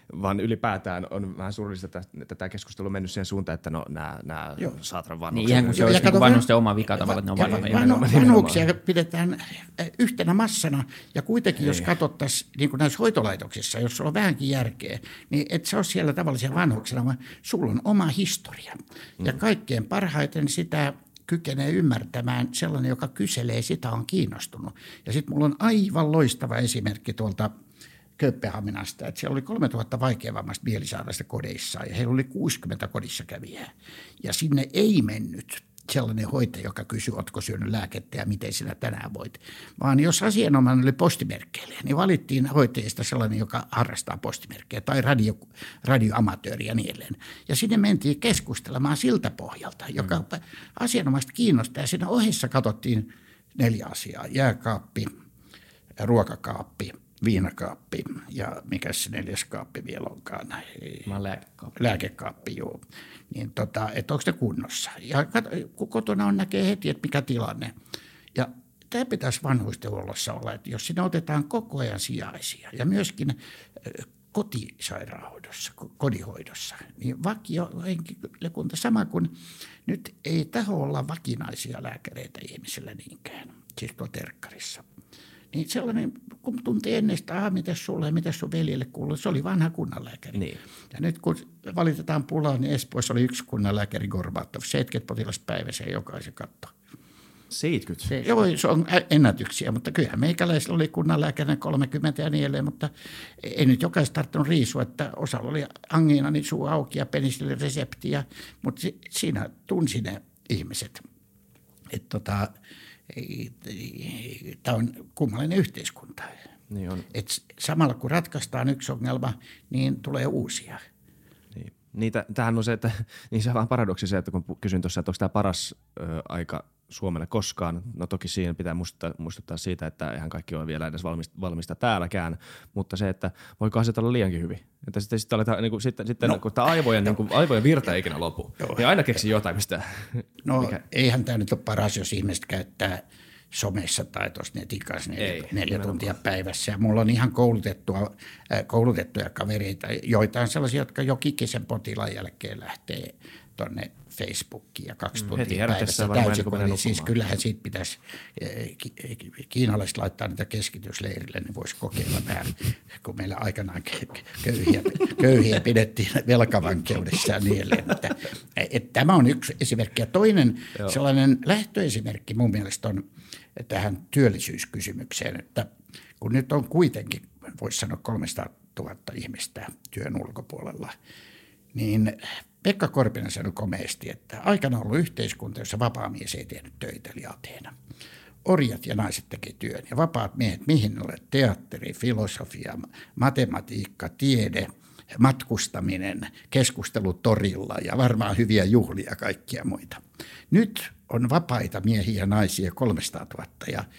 vaan ylipäätään on vähän surullista, että, että tämä keskustelu on mennyt siihen suuntaan, että no nämä, nämä saatran vanhukset. Niin ihan kuin se olisi niin vanhusten oma vika tavallaan, että ne on vanhoja. Vanhuksia pidetään yhtenä massana ja kuitenkin jos katsottaisiin niin kuin näissä hoitolaitoksissa, jos sulla on vähänkin järkeä, niin et sä ole siellä tavallisia vanhuksena, vaan sulla on oma historia. Mm. Ja kaikkein parhaiten sitä kykenee ymmärtämään sellainen, joka kyselee, sitä on kiinnostunut. Ja sitten mulla on aivan loistava esimerkki tuolta Kööpenhaminasta, että siellä oli kolmetuhatta vaikeavammasta mielisairaista kodeissa ja heillä oli kuusikymmentä kodissa kävijää. Ja sinne ei mennyt sellainen hoitaja, joka kysyi, ootko syönyt lääkettä ja miten sinä tänään voit. Vaan jos asianomainen oli postimerkkeilijä, niin valittiin hoitajista sellainen, joka harrastaa postimerkkejä tai radio, radioamatööri ja niin edelleen. Ja sinne mentiin keskustelemaan siltä pohjalta, joka mm. asianomaista kiinnostaa. Ja siinä ohessa katsottiin neljä asiaa, jääkaappi, ruokakaappi, viinakaappi ja mikä se neljäs kaappi vielä onkaan? Mä lääkekaappi. Lääkekaappi, joo. Niin tota, että onko ne kunnossa. Ja kun kotona on, näkee heti, että mikä tilanne. Ja tämä pitäisi vanhustenhuollossa olla, että jos siinä otetaan koko ajan sijaisia ja myöskin kotisairaanhoidossa, kodinhoidossa, niin vakiohenkilökunta sama kuin nyt ei taho olla vakinaisia lääkäreitä ihmisillä niinkään, siis tuo terkkarissa. Niin sellainen, kun tuntee ennestään, aha, mitäs sulle ja mitäs sun veljelle kuuluu, se oli vanha kunnanlääkäri. Niin. Ja nyt kun valitetaan pulaa, niin Espoossa oli yksi kunnanlääkäri Gorbatov, seitsemänkymmentä potilasta päivässä ja jokaisen katto. seitsemänkymmentä? Se, joo, se on ennätyksiä, mutta kyllähän meikäläisillä oli kunnanlääkärinä kolmekymmentä ja niin edelleen, mutta ei nyt jokaista tarttunut riisua, että osalla oli angiina, niin suu auki ja penisilireseptiä, mutta si, siinä tunsi ne ihmiset, että tota, tämä on kummallinen yhteiskunta. Niin on. Et samalla kun ratkaistaan yksi ongelma, niin tulee uusia. Niin. Niitä, tämähän on se, että niin se on vähän paradoksi se, että kun kysyin tuossa, että onko tämä paras ö, aika Suomelle koskaan. No toki siinä pitää muistuttaa, muistuttaa siitä, että eihän kaikki ole vielä edes valmista, valmista täälläkään, mutta se, että voiko asiat olla liiankin hyvin. Että sitten, sitten, aletaan, niin kuin, sitten, sitten no, kun tämä aivojen, no, niin kuin, aivojen virta ei ikinä lopu, joo, niin aina keksii jotain, mistä... No mikä... eihän tämä nyt ole paras, jos ihmiset käyttää somessa tai tuossa netikas neljä, ei, neljä tuntia päivässä. Ja mulla on ihan koulutettua, äh, koulutettuja kavereita, joitain sellaisia, jotka jo kikisen potilaan jälkeen lähtee tuonne Facebookiin ja kaksi mm, tuntia päivässä täysin. Siis kyllähän siitä pitäisi kiinalaiset laittaa niitä keskitysleirille, niin voisi kokeilla vähän, kun meillä aikanaan köyhiä, köyhiä pidettiin velkavankeudessa ja niin edelleen. Että, että tämä on yksi esimerkki. Ja toinen Joo. sellainen lähtöesimerkki mun mielestä on tähän työllisyyskysymykseen, että kun nyt on kuitenkin, voisi sanoa kolmesataatuhatta ihmistä työn ulkopuolella, niin Pekka Korpinen sanoi komeasti, että aikana on ollut yhteiskunta, jossa vapaamies ei tehnyt töitä, eli Ateena. Orjat ja naiset teki työn ja vapaat miehet, mihin ne olet, teatteri, filosofia, matematiikka, tiede, matkustaminen, keskustelu torilla ja varmaan hyviä juhlia ja kaikkia muita. Nyt on vapaita miehiä ja naisia kolmesataatuhatta ja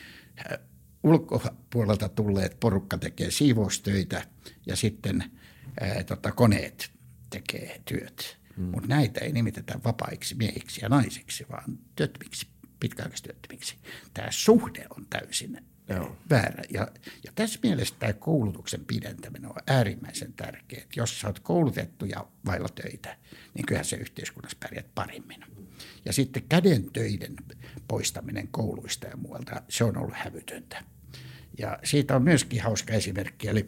ulkopuolelta tulleet porukka tekee siivoustöitä ja sitten ää, tota, koneet tekee työt. Mm. Mutta näitä ei nimitetä vapaiksi miehiksi ja naisiksi, vaan työttömiksi, pitkäaikaistyöttömiksi. Tämä suhde on täysin Joo. väärä. Ja, ja tässä mielessä tämä koulutuksen pidentäminen on äärimmäisen tärkeää. Jos sä oot koulutettu ja vailla töitä, niin kyllähän se yhteiskunnassa pärjät paremmin. Ja sitten kädentöiden poistaminen kouluista ja muualta, se on ollut hävytöntä. Ja siitä on myöskin hauska esimerkki, eli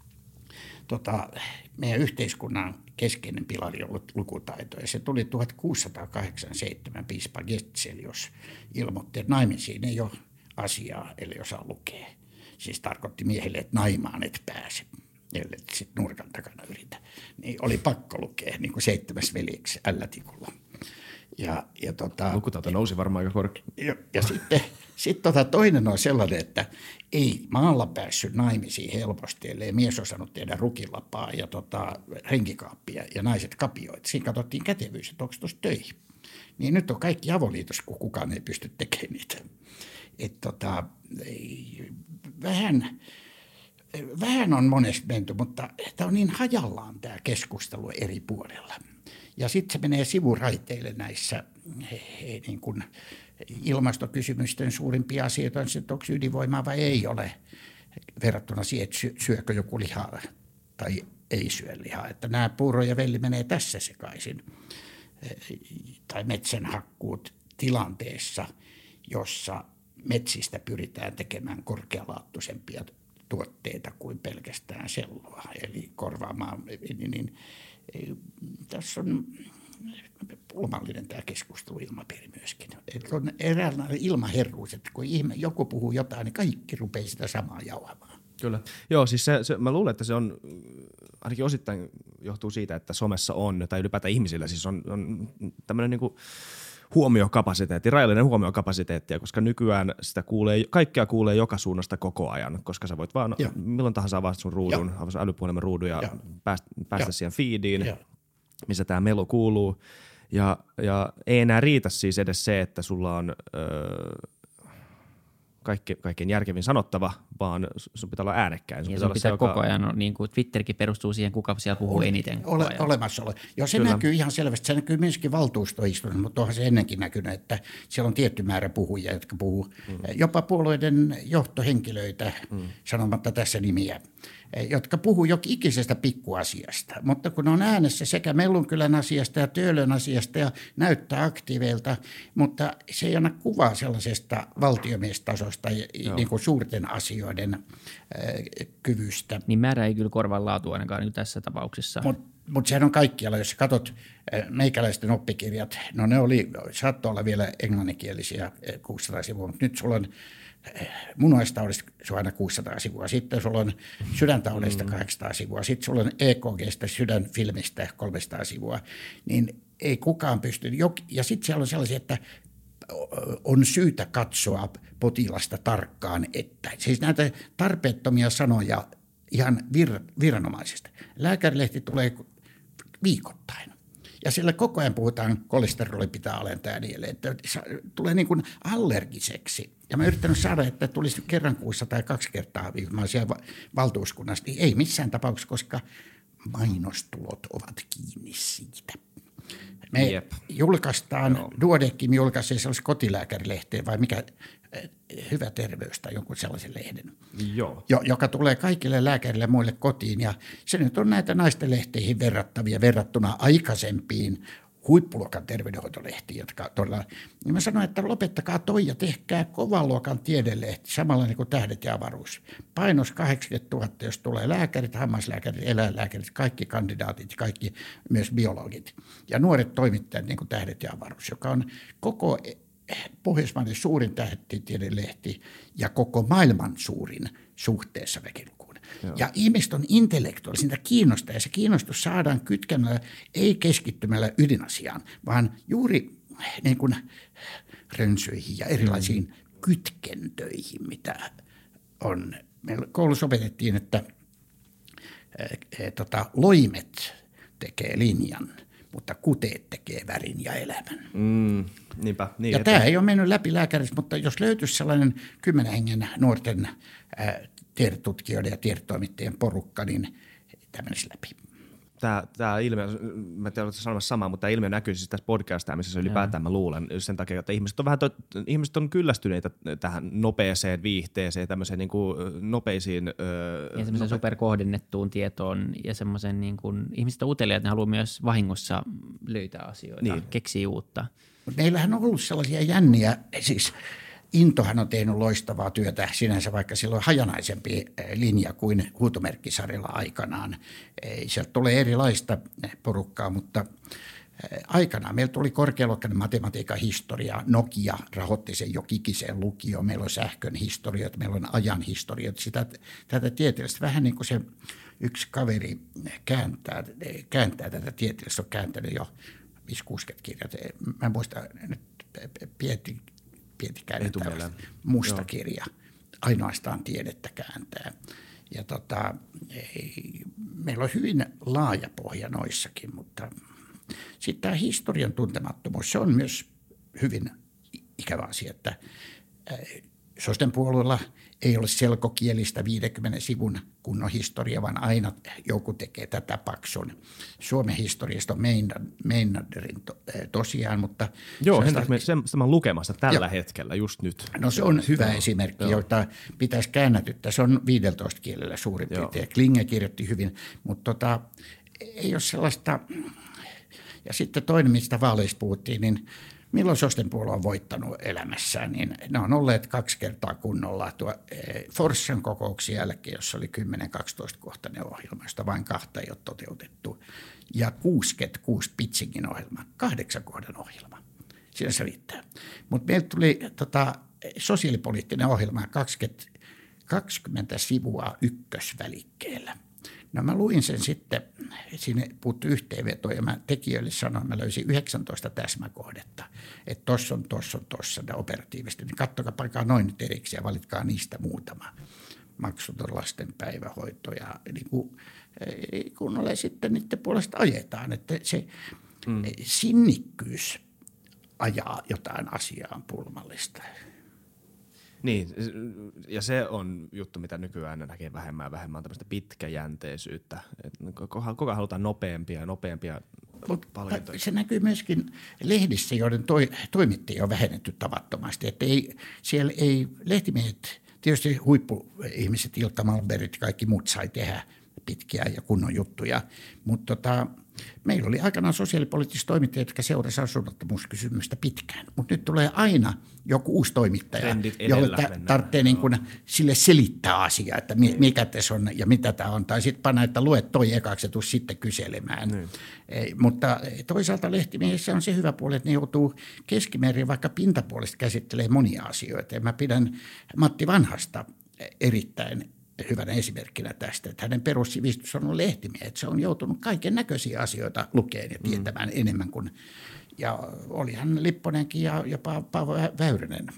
tota, meidän yhteiskunnan keskeinen pilari on ollut lukutaito, ja se tuli tuhatkuusisataakahdeksankymmentäseitsemän piispa Gestselius ilmoitti, että naimisiin ei ole asiaa, eli osaa lukea. Siis tarkoitti miehille, että naimaan et pääse, ellei sitten nurkan takana yritä. Niin oli pakko lukea, niin kuin seitsemäs veljeksi ällätikulla. Ja, ja tota, lukutaito nousi varmaan aika korkealle. Ja, ja sitten sit tota toinen on sellainen, että ei maalla päässyt naimisiin helposti, ellei mies osannut tehdä rukilapaa ja tota, renkikaappia ja naiset kapioit. Siinä katsottiin kätevyys, että onko tuossa töihin. Niin nyt on kaikki avoliitos, kun kukaan ei pysty tekemään niitä. Et tota, ei, vähän, vähän on monesti menty, mutta tämä on niin hajallaan tämä keskustelu eri puolella. Ja sitten se menee sivuraiteille näissä he, he, niin kuin ilmastokysymysten suurimpia asioita on se, että onko ydinvoimaa vai ei ole, verrattuna siihen, että syökö joku lihaa tai ei syö lihaa. Että nämä puuro ja velli menee tässä sekaisin. Tai metsänhakkuut tilanteessa, jossa metsistä pyritään tekemään korkealaatuisempia tuotteita kuin pelkästään sellua, eli korvaamaan, niin, niin tässä on pulmallinen tämä keskusteluilmapiiri myöskin. Että on eräänlainen ilmaherruus, että kun ihme, joku puhuu jotain, niin kaikki rupeaa sitä samaa jauhamaan. Kyllä. Joo, siis se, se, mä luulen, että se on, ainakin osittain johtuu siitä, että somessa on, tai ylipäätään ihmisillä siis on, on tämmöinen niinku huomiokapasiteetti, rajallinen huomiokapasiteetti, koska nykyään sitä kuulee, kaikkea kuulee joka suunnasta koko ajan, koska sä voit vaan Joo. milloin tahansa avata sun ruudun, avata älypuhelimen ruudun ja Joo. päästä, päästä siihen feediin, Joo. missä tämä melu kuuluu. Ja, ja ei enää riitä siis edes se, että sulla on öö, kaikki, kaikkein järkevin sanottava, vaan sun pitää olla äänekkäin. Sun ja pitää, pitää se, koko joka... ajan, no, niin kuin Twitterkin perustuu siihen, kuka siellä puhuu ole, eniten koko ole, ajan. Olemassaolo. Joo, se Kyllä. näkyy ihan selvästi. Se näkyy myöskin valtuustoistunnossa, mutta onhan se ennenkin näkynyt, että siellä on tietty määrä puhujia, jotka puhuu mm. jopa puolueiden johtohenkilöitä, mm. sanomatta tässä nimiä, jotka puhuu jokin ikisestä pikkuasiasta, mutta kun on äänessä sekä Mellunkylän asiasta ja Töölön asiasta ja näyttää aktiiveilta, mutta se ei anna kuvaa sellaisesta valtiomiestasosta ja niin kuin suurten asioiden äh, kyvystä. Niin määrä ei kyllä korvaa laatua ainakaan niin tässä tapauksessa. Mutta mut sehän on kaikkialla, jos katsot äh, meikäläisten oppikirjat, no ne oli, saattoi olla vielä englanninkielisiä äh, kuusisataa sivua, mutta nyt sulla on munuaistaudista se on aina kuusisataa sivua, sitten sulla on sydäntaudista mm. kahdeksansataa sivua, sitten sulla on E K G:stä sydänfilmistä kolmesataa sivua, niin ei kukaan pysty. Ja sitten siellä on sellaisia, että on syytä katsoa potilasta tarkkaan, että siis näitä tarpeettomia sanoja ihan vir, viranomaisista. Lääkärilehti tulee viikoittain. Ja siellä koko ajan puhutaan, kolesteroli pitää alentaa ja niin edelleen, että tulee niin kuin allergiseksi. Ja mä oon yrittänyt saada, että tulisi kerran kuussa tai kaksi kertaa viimein siellä valtuuskunnassa. Niin ei missään tapauksessa, koska mainostulot ovat kiinni siitä. Me Jep. julkaistaan, no. Duodeckim julkaisee sellaisen kotilääkärilehteen vai mikä, Hyvä terveys tai jonkun sellaisen lehden, Joo. Jo, joka tulee kaikille lääkärille ja muille kotiin. Ja se nyt on näitä naisten lehteihin verrattavia verrattuna aikaisempiin huippuluokan terveydenhoitolehtiin, jotka todella, niin mä sanoin, että lopettakaa toi ja tehkää kovan luokan tiedelehti, samalla niin kuin Tähdet ja avaruus. Painos kahdeksankymmentätuhatta, jos tulee lääkärit, hammaslääkärit, eläinlääkärit, kaikki kandidaatit, kaikki myös biologit. Ja nuoret toimittajat, niin kuin Tähdet ja avaruus, joka on koko Pohjoismaiden suurin tähtitiedelehti ja koko maailman suurin suhteessa väkilukuun. Joo. Ja ihmiset on intellektuaalisia, kiinnostaa ja se kiinnostus saadaan kytkemällä, ei keskittymällä ydinasiaan, vaan juuri niin kuin rönsyihin ja erilaisiin mm. kytkentöihin, mitä on. Meillä koulussa opetettiin, että e, tota, loimet tekee linjan, mutta kuteet tekee värin ja elämän. Mm, niinpä, niin, ja tämä ei ole mennyt läpi lääkärissä, mutta jos löytyisi sellainen kymmenen hengen nuorten ää, tiedotutkijoiden ja tiedotoimittajien porukka, niin tämä menisi läpi. Tämä, tämä ilmiö, mä en tiedä, oletko sanomassa samaa, mutta tämä ilmiö näkyy siis tässä podcastaamisessa ylipäätään, mä luulen, sen takia, että ihmiset on vähän, to, ihmiset on kyllästyneitä tähän nopeeseen viihteeseen, tämmöiseen niin kuin nopeisiin... Öö, ja semmoisen nope- superkohdennettuun tietoon ja semmoisen niin kuin, ihmiset on uteliaat, ne haluaa myös vahingossa löytää asioita, niin. keksiä uutta. Meillähän on ollut sellaisia jänniä, siis... Intohan on tehnyt loistavaa työtä sinänsä, vaikka sillä on hajanaisempi linja kuin Huutomerkkisarjalla aikanaan. Sieltä tulee erilaista porukkaa, mutta aikanaan meillä tuli korkealuokkainen matematiikan historia. Nokia rahoitti sen jokikiseen lukioon. Meillä on sähkön historiat, meillä on ajan historiat. Sitä, tätä tieteellistä vähän niin kuin se yksi kaveri kääntää, kääntää tätä tieteellistä, on kääntänyt jo viisi kuusikymmentä kirjat. Mä en muista nyt Pieti Pietikäinen musta Joo. kirja, ainoastaan tiedettä kääntää. Ja tota, ei, meillä on hyvin laaja pohja noissakin, mutta sitten tämä historian tuntemattomuus, se on myös hyvin ikävä asia, että Sosten puolueella ei ole selkokielistä viidenkymmenen sivun kunnon historia, vaan aina joku tekee tätä paksun. Suomen historiasta on Meinarderin to, tosiaan, mutta... Joo, Henrik, me sen, sen lukemassa tällä jo. hetkellä, just nyt. No se on hyvä joo. esimerkki, joo. jota pitäisi käännätyttää. Se on viisitoista kielellä suurin piirtein. Klinge kirjoitti hyvin, mutta tota, ei ole sellaista... Ja sitten toinen, mistä vaaleissa puhuttiin, niin milloin Sosten puolue on voittanut elämässään, niin ne on olleet kaksi kertaa kunnolla tuo Forssan kokouksen jälkeen, jossa oli kymmenen kaksitoista kohtainen ohjelma, josta vain kahta ei ole toteutettu, ja kuusikymmentäkuusi Pitsingin ohjelma, kahdeksan kohdan ohjelma. Siinä se riittää. Mutta meiltä tuli tota, sosiaalipoliittinen ohjelma kaksikymmentä, kaksikymmentä sivua ykkösvälikkeellä. No mä luin sen sitten, siinä puuttui yhteenveto ja mä tekijöille sanoin, että mä löysin yhdeksäntoista täsmäkohdetta, että tossa on, tossa on, tossa on operatiivisesti. Niin kattokaa paikkaa noin nyt erikseen ja valitkaa niistä muutama. Maksuton lasten päivähoito ja niin kuin, kun ole sitten niiden puolesta ajetaan, että se mm. sinnikkyys ajaa jotain asiaa pulmallista. Niin, ja se on juttu, mitä nykyään näkee vähemmän ja vähemmän tämmöistä pitkäjänteisyyttä. Koko ajan halutaan nopeampia ja nopeampia palkintoja. Se näkyy myöskin lehdissä, joiden toi, toimittajia on vähennetty tavattomasti. Että ei, siellä ei lehtimiehet, tietysti huippuihmiset, Ilkka Malmbergit ja kaikki muut sai tehdä pitkiä ja kunnon juttuja, mutta tota, meillä oli aikanaan sosiaalipoliittiset toimittajat, jotka seurasivat asunnottomuuskysymystä pitkään, mutta nyt tulee aina joku uusi toimittaja, jolle ta- tarvitsee niin kuin sille selittää asiaa, että mikä tässä on ja mitä tämä on, tai sitten panna, että luet toi ekaksi ja tuu sitten kyselemään. Mm. Ei, mutta toisaalta lehtimiehissä on se hyvä puoli, että ne joutuu keskimäärin vaikka pintapuolesta käsittelemään monia asioita, ja mä pidän Matti Vanhasta erittäin hyvänä esimerkkinä tästä, että hänen perussivistys on ollut lehtimiehet. Se on joutunut kaiken näköisiä asioita lukeen ja tietämään mm. enemmän kuin, ja olihan Lipponenkin ja jopa Paavo Väyrynen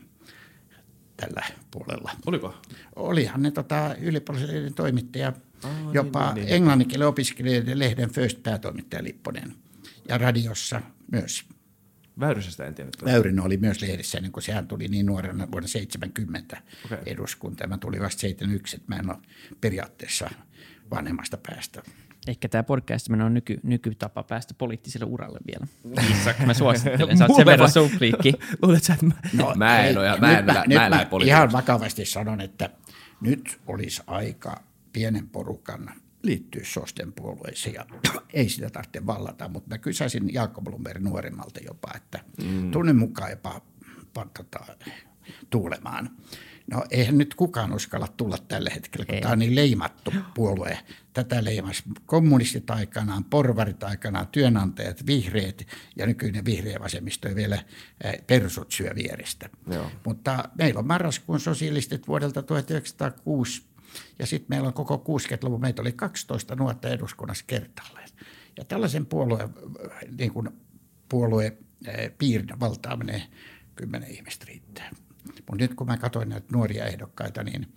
tällä puolella. Oliko? Olihan ne tota, ylipoliittinen toimittaja, ah, jopa niin, niin, niin. englanninkielen opiskelijoiden lehden First päätoimittaja Lipponen ja radiossa myös. Väyrysestä en tiedä. Väyrynen oli myös lehdessä ennen kuin sehän tuli niin nuorena vuonna seitsemänkymmentä okay. eduskuntaan. Mä tuli vasta seitsemänkymmentäyksi, että mä en ole periaatteessa vanhemmasta päästä. Ehkä tämä podcast on nyky, nykytapa päästä poliittiselle uralle vielä. Isak, mä suosittelen. Sä oot sen verran supliikki. Luulet sä, että mä, no, mä en ole, ja mä en lähde politiikasta. Ihan vakavasti sanon, että nyt olisi aika pienen porukan liittyy Sosten puolueeseen ja ei sitä tarvitse vallata, mutta mä kysäisin Jaakko Blomberg nuoremmalta jopa, että mm. tunne mukaan jopa tota, tuulemaan. No eihän nyt kukaan uskalla tulla tällä hetkellä, kun ei. Tämä on niin leimattu puolue. Tätä leimas kommunistit aikanaan, porvarit aikanaan, työnantajat, vihreät ja nykyinen vihreä vasemmisto ja vielä persut syö vierestä. Joo. Mutta meillä on marraskuun sosialistit vuodelta tuhatyhdeksänsataakuusi ja sitten meillä on koko kuusikymmentäluvun, meitä oli kaksitoista nuorta eduskunnassa kertaalleen. Ja tällaisen puolueen niin kuin puolue piirin valtaaminen kymmenen ihmistä riittää. Mutta nyt kun mä katsoin näitä nuoria ehdokkaita, niin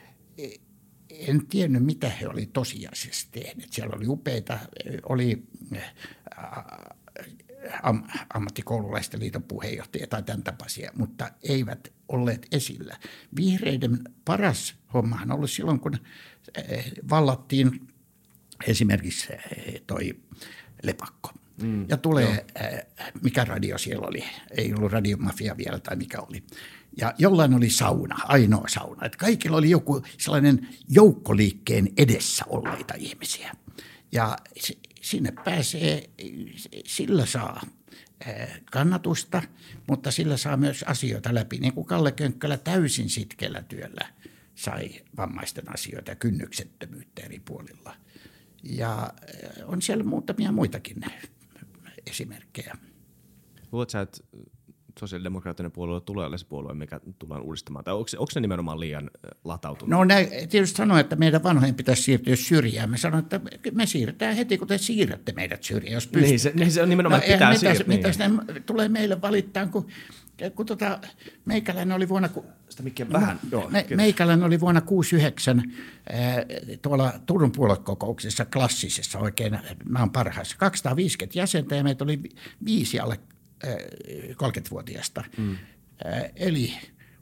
en tiennyt, mitä he oli tosiasiassa tehneet. Siellä oli upeita, oli am, ammattikoululaisten liiton puheenjohtajia tai tämän tapaisia, mutta eivät olleet esillä. Vihreiden paras hommahan on ollut silloin, kun vallattiin esimerkiksi toi Lepakko. Mm, ja tulee, joo. mikä radio siellä oli, ei ollut radiomafia vielä tai mikä oli. Ja jollain oli sauna, ainoa sauna. Että kaikilla oli joku sellainen joukkoliikkeen edessä olleita ihmisiä. Ja sinne pääsee, sillä saa kannatusta, mutta sillä saa myös asioita läpi. Niin kuin Kalle Könkkölä täysin sitkeällä työllä sai vammaisten asioita ja kynnyksettömyyttä eri puolilla. Ja on siellä muutamia muitakin esimerkkejä. Luuletko sä, että sosiaalidemokraattinen puolue tulee olla se puolue, mikä tullaan uudistamaan? Tai onko se, onko se nimenomaan liian latautunut? No näin, tietysti sanoa, että meidän vanhojen pitäisi siirtyä syrjään. Me sanoin, että me siirretään heti, kun te siirrätte meidät syrjään, jos pystytte. Niin se, niin se on nimenomaan, no, pitää siirtyä. Mitä niin. tulee meille valittaa, kun, kun tota, meikäläinen oli vuonna... Sitä mikä vähän. No, Joo, me, meikäläinen oli vuonna kuusikymmentäyhdeksän äh, tuolla Turun puoluekokouksessa klassisessa oikein, mä oon parhaassa, kaksisataaviisikymmentä jäsentä ja meitä oli viisi alle kolmekymmentävuotiaasta. Mm. Eli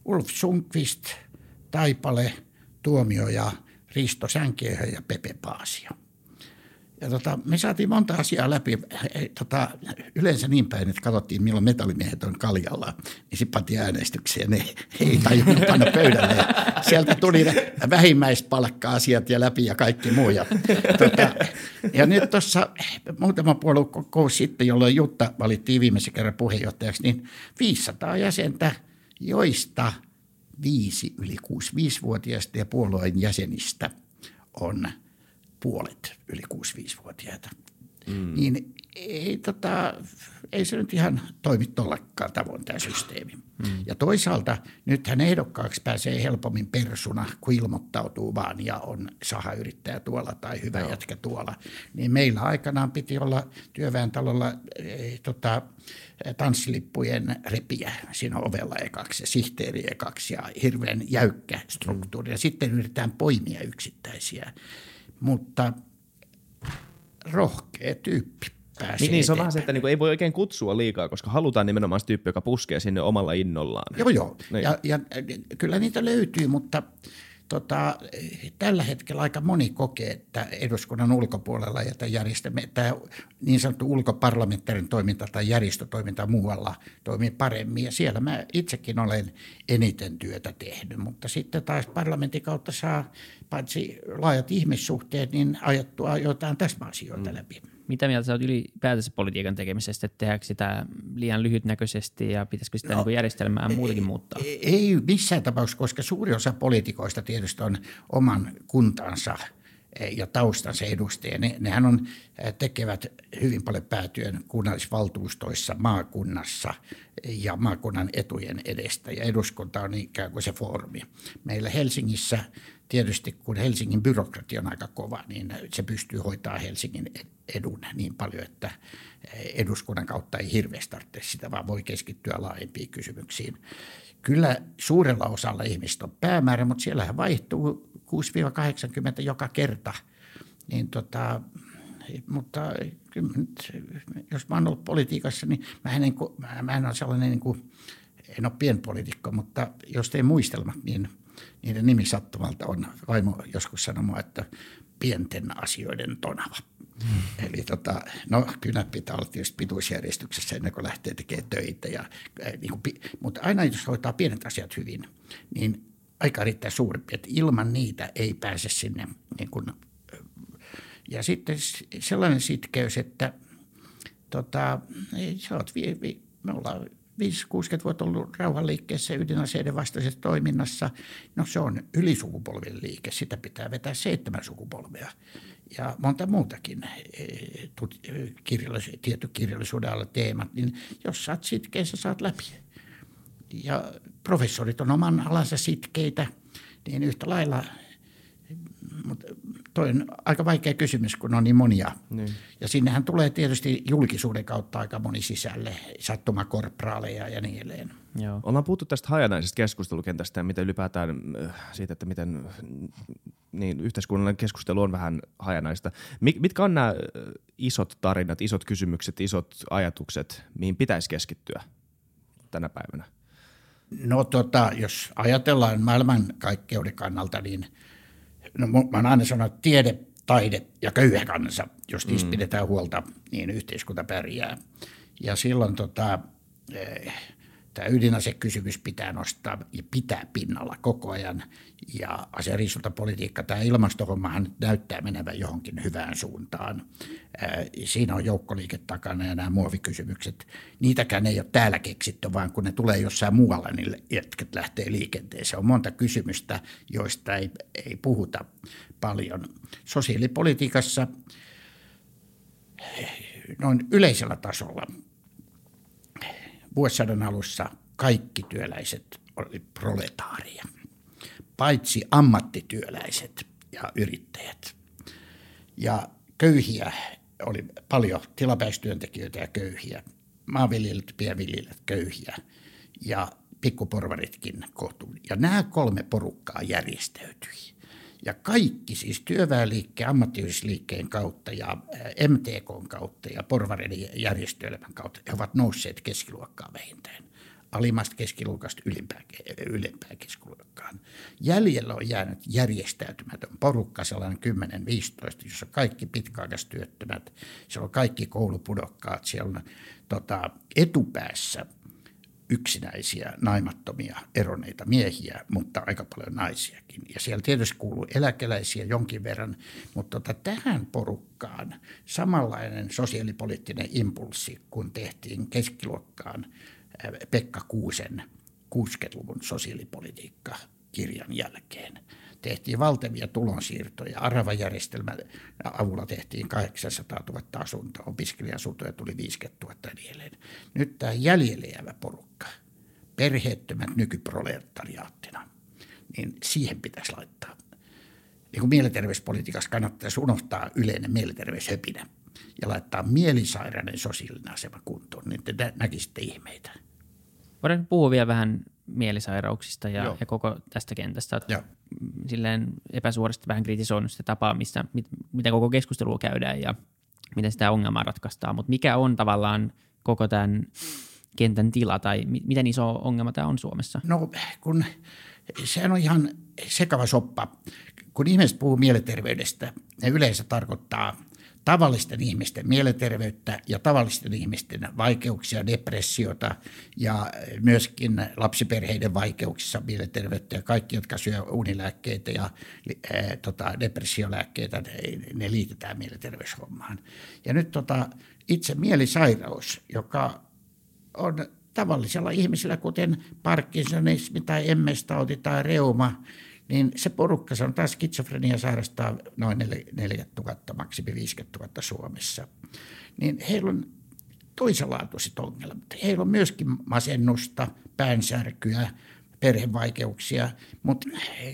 Ulf Sundqvist, Taipale, Tuomioja, Risto Sänkiöhö ja Pepe Paasia. Ja tota, me saatiin monta asiaa läpi. Tota, yleensä niin päin, että katsottiin, milloin metallimiehet on kaljalla, niin sitten pantiin äänestyksiä. Ne ei tajunnut panna pöydälle. Ja sieltä tuli ne vähimmäispalkka-asiat ja läpi ja kaikki muu. Ja, tota, ja nyt tuossa muutama puoluekokous sitten, jolloin Jutta valittiin viimeisen kerran puheenjohtajaksi, niin viisisataa jäsentä, joista viisi yli kuusikymmentäviisivuotiaista ja puolueen jäsenistä on puolet yli kuusikymmentäviisivuotiaita. Mm. Niin ei, tota, ei se nyt ihan toimi tollakaan tavoin tämä systeemi. Mm. Ja toisaalta nythän ehdokkaaksi pääsee helpommin persuna, kun ilmoittautuu vaan ja on sahayrittäjä tuolla tai hyvä no. jätkä tuolla. Niin meillä aikanaan piti olla työväentalolla e, tota, tanssilippujen repiä siinä ovella ekaksi ja sihteeri ekaksi ja hirveän jäykkä struktuuri. Mm. Ja sitten yritetään poimia yksittäisiä. Mutta rohkea tyyppi pääsee niin, niin se on vähän se, että niinku ei voi oikein kutsua liikaa, koska halutaan nimenomaan se tyyppi, joka puskee sinne omalla innollaan. Joo, joo. Niin. Ja, ja kyllä niitä löytyy, mutta tota, tällä hetkellä aika moni kokee, että eduskunnan ulkopuolella ja tämä järjestelmä, tämä niin sanottu ulkoparlamentaarinen toiminta tai järjestötoiminta muualla toimii paremmin. Ja siellä mä itsekin olen eniten työtä tehnyt, mutta sitten taas parlamentin kautta saa paitsi laajat ihmissuhteet, niin ajattua jotain täsmäasioita mm. läpi. Mitä mieltä sä oot ylipäätänsä politiikan tekemisestä, että tehdäänkö sitä liian lyhytnäköisesti ja pitäisikö sitä no, niin järjestelmää muutenkin muuttaa? Ei missään tapauksessa, koska suuri osa poliitikoista tietysti on oman kuntansa ja taustansa edustajia. Ne, nehän on, tekevät hyvin paljon päätyön kunnallisvaltuustoissa, maakunnassa ja maakunnan etujen edestä. Ja eduskunta on ikään kuin se foorumi. Meillä Helsingissä tietysti, kun Helsingin byrokratia on aika kova, niin se pystyy hoitamaan Helsingin edun niin paljon, että eduskunnan kautta ei hirveästi tarvitse sitä, vaan voi keskittyä laajempiin kysymyksiin. Kyllä suurella osalla ihmistä on päämäärä, mutta siellähän vaihtuu kuusi kahdeksankymmentä joka kerta. Niin tota, mutta jos mä oon ollut politiikassa, niin mä en, mä en ole sellainen, niin kuin, en ole pienpoliitikko, mutta jos tein muistelmat, niin niiden nimi sattumalta on vaimo joskus sanomaan, että pienten asioiden tonava. Hmm. Eli tota, no kyllä pitää olla tietysti pituusjärjestyksessä ennen kuin lähtee tekemään töitä. Ja, äh, niin kuin, mutta aina jos hoitaa pienet asiat hyvin, niin aika riittää suurempi, että ilman niitä ei pääse sinne. Niin kuin, ja sitten sellainen sitkeys, että tota, sä oot, vi, vi, me ollaan viisikymmentä kuusikymmentä vuotta ollut rauhanliikkeessä ydinaseiden vastaisessa toiminnassa. No se on ylisukupolvien liike, sitä pitää vetää seitsemän sukupolvea ja monta muutakin kirjallis- tietokirjallisuuden alla teemat, niin jos sä oot sitkeä, sä saat läpi. Ja professorit on oman alansa sitkeitä, niin yhtä lailla, mutta toi on aika vaikea kysymys, kun on niin monia. Niin. Ja sinnehän tulee tietysti julkisuuden kautta aika moni sisälle, sattumakorporaaleja ja niin edelleen. Joo. Ollaan puhuttu tästä hajanaisesta keskustelukentästä ja miten ylipäätään siitä, että miten niin, yhteiskunnallinen keskustelu on vähän hajanaista. Mitkä on nämä isot tarinat, isot kysymykset, isot ajatukset, mihin pitäisi keskittyä tänä päivänä? No tota, jos ajatellaan maailmankaikkeuden kannalta, niin no, mä oon aina sanonut, että tiede, taide ja köyhä kansa, jos niistä mm. pidetään huolta, niin yhteiskunta pärjää. Ja silloin tota, eh, tämä ydinasekysymys pitää nostaa ja pitää pinnalla koko ajan. Ja aseriisuntapolitiikka, tämä ilmastohommahan nyt näyttää menevän johonkin hyvään suuntaan. Eh, siinä on joukkoliike takana ja nämä muovikysymykset. Niitäkään ei ole täällä keksitty, vaan kun ne tulee jossain muualla, niin jätket lähtee liikenteeseen. On monta kysymystä, joista ei, ei puhuta paljon. Sosiaalipolitiikassa noin yleisellä tasolla vuosisadan alussa kaikki työläiset oli proletaaria, paitsi ammattityöläiset ja yrittäjät. Ja köyhiä oli paljon, tilapäistyöntekijöitä ja köyhiä, maanviljelijät, pienviljelijät köyhiä ja pikkuporvaritkin kohtuun. Ja nämä kolme porukkaa järjestäytyi. Ja kaikki siis työväenliikkeen, ammattiyhdistysliikkeen kautta ja M T K:n kautta ja porvareiden järjestöelämän kautta he ovat nousseet keskiluokkaa vähintään. alimmasta keskiluokasta ylempään, ylempään keskiluokkaan. Jäljellä on jäänyt järjestäytymätön porukka, sellainen kymmenen viisitoista, jossa on kaikki pitkäaikaistyöttömät, siellä on kaikki koulupudokkaat, siellä on tota, etupäässä yksinäisiä, naimattomia, eronneita miehiä, mutta aika paljon naisiakin. Ja siellä tietysti kuuluu eläkeläisiä jonkin verran, mutta tota, tähän porukkaan samanlainen sosiaalipoliittinen impulssi, kun tehtiin keskiluokkaan Pekka Kuusen kuusikymmentäluvun sosiaalipolitiikka-kirjan jälkeen. Tehtiin valtavia tulonsiirtoja. Aravajärjestelmän avulla tehtiin kahdeksansataatuhatta asuntoa, opiskelija-asuntoja tuli viisikymmentätuhatta edelleen. Nyt tämä jäljelle jäävä porukka, perheettömät nykyproletariaattina, niin siihen pitäisi laittaa. Niin kuin mielenterveyspolitiikassa kannattaisi unohtaa yleinen mielenterveyshöpinä ja laittaa mielisairainen sosiaalinen asema kuntoon, niin te näkisitte ihmeitä. Voidaan puhua vielä vähän mielisairauksista ja, ja koko tästä kentästä. Olet silleen epäsuorasti vähän kritisoinut sitä tapaa, missä, mit, miten koko keskustelua käydään ja miten sitä ongelmaa ratkaistaan. Mutta mikä on tavallaan koko tämän kentän tila tai mi, miten iso ongelma tämä on Suomessa? No kun sehän on ihan sekava soppa. Kun ihmiset puhuu mielenterveydestä, ne yleensä tarkoittaa tavallisten ihmisten mielenterveyttä ja tavallisten ihmisten vaikeuksia, depressiota ja myöskin lapsiperheiden vaikeuksissa mielenterveyttä ja kaikki, jotka syö unilääkkeitä ja ää, tota, depressiolääkkeitä, ne, ne liitetään mielenterveyshommaan. Ja nyt tota, itse mielisairaus, joka on tavallisella ihmisellä, kuten Parkinsonismi tai M S-tauti tai reuma, niin se porukka, se on taas skitsofrenia sairastaa noin neljäkymmentätuhatta, maksimi viisikymmentätuhatta Suomessa. Niin heillä on toisenlaatuiset ongelmat. Heillä on myöskin masennusta, päänsärkyä, perhevaikeuksia, mutta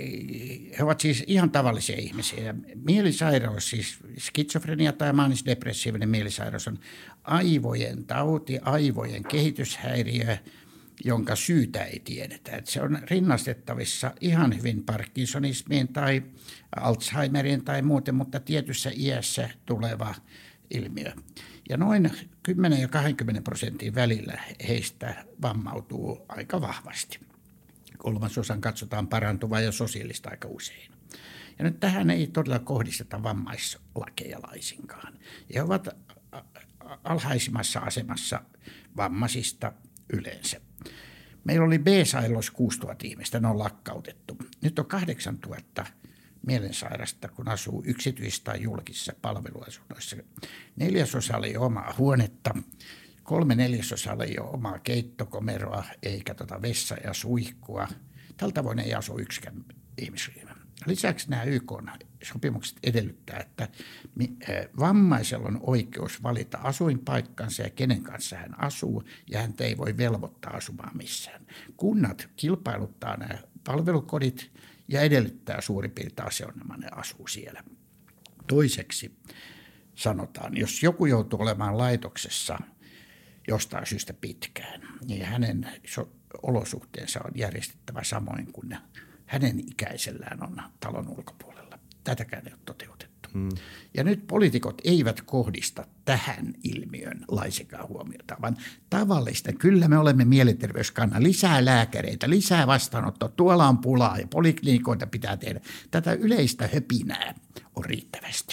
he ovat siis ihan tavallisia ihmisiä. Ja mielisairaus, siis skitsofrenia tai maanisdepressiivinen mielisairaus on aivojen tauti, aivojen kehityshäiriö, jonka syytä ei tiedetä. Että se on rinnastettavissa ihan hyvin Parkinsonismiin tai Alzheimeriin tai muuten, mutta tietyssä iässä tuleva ilmiö. Ja noin kymmenen ja kaksikymmentä prosentin välillä heistä vammautuu aika vahvasti. Kolmasosan katsotaan parantuvaa ja sosiaalista aika usein. Ja nyt tähän ei todella kohdisteta vammaislakeja laisinkaan. He ovat alhaisimmassa asemassa vammaisista yleensä. Meillä oli B-sairaaloissa kuusituhatta ihmistä, ne on lakkautettu. Nyt on kahdeksantuhatta mielensairasta, kun asuu yksityisissä tai julkisissa palveluasunnoissa. Neljäsosalla ei ole omaa huonetta, kolme neljäsosalla ei ole omaa keittokomeroa eikä tota vessa ja suihkua. Tällä tavoin ei asu yksikään ihmisryhmä. Lisäksi nämä Y K-sopimukset edellyttää, että vammaisella on oikeus valita asuinpaikkansa ja kenen kanssa hän asuu, ja hän ei voi velvoittaa asumaan missään. Kunnat kilpailuttaa nämä palvelukodit ja edellyttää suurin piirtein asianomainen asuu siellä. Toiseksi sanotaan, jos joku joutuu olemaan laitoksessa jostain syystä pitkään, niin hänen olosuhteensa on järjestettävä samoin kuin ne hänen ikäisellään on talon ulkopuolella. Tätäkään ei ole toteutettu. Hmm. Ja nyt poliitikot eivät kohdista tähän ilmiön laisinkaan huomiota, vaan tavallista. Kyllä me olemme mielenterveyskannan. Lisää lääkäreitä, lisää vastaanottoa. Tuolla on pulaa ja poliklinikoita pitää tehdä. Tätä yleistä höpinää on riittävästi.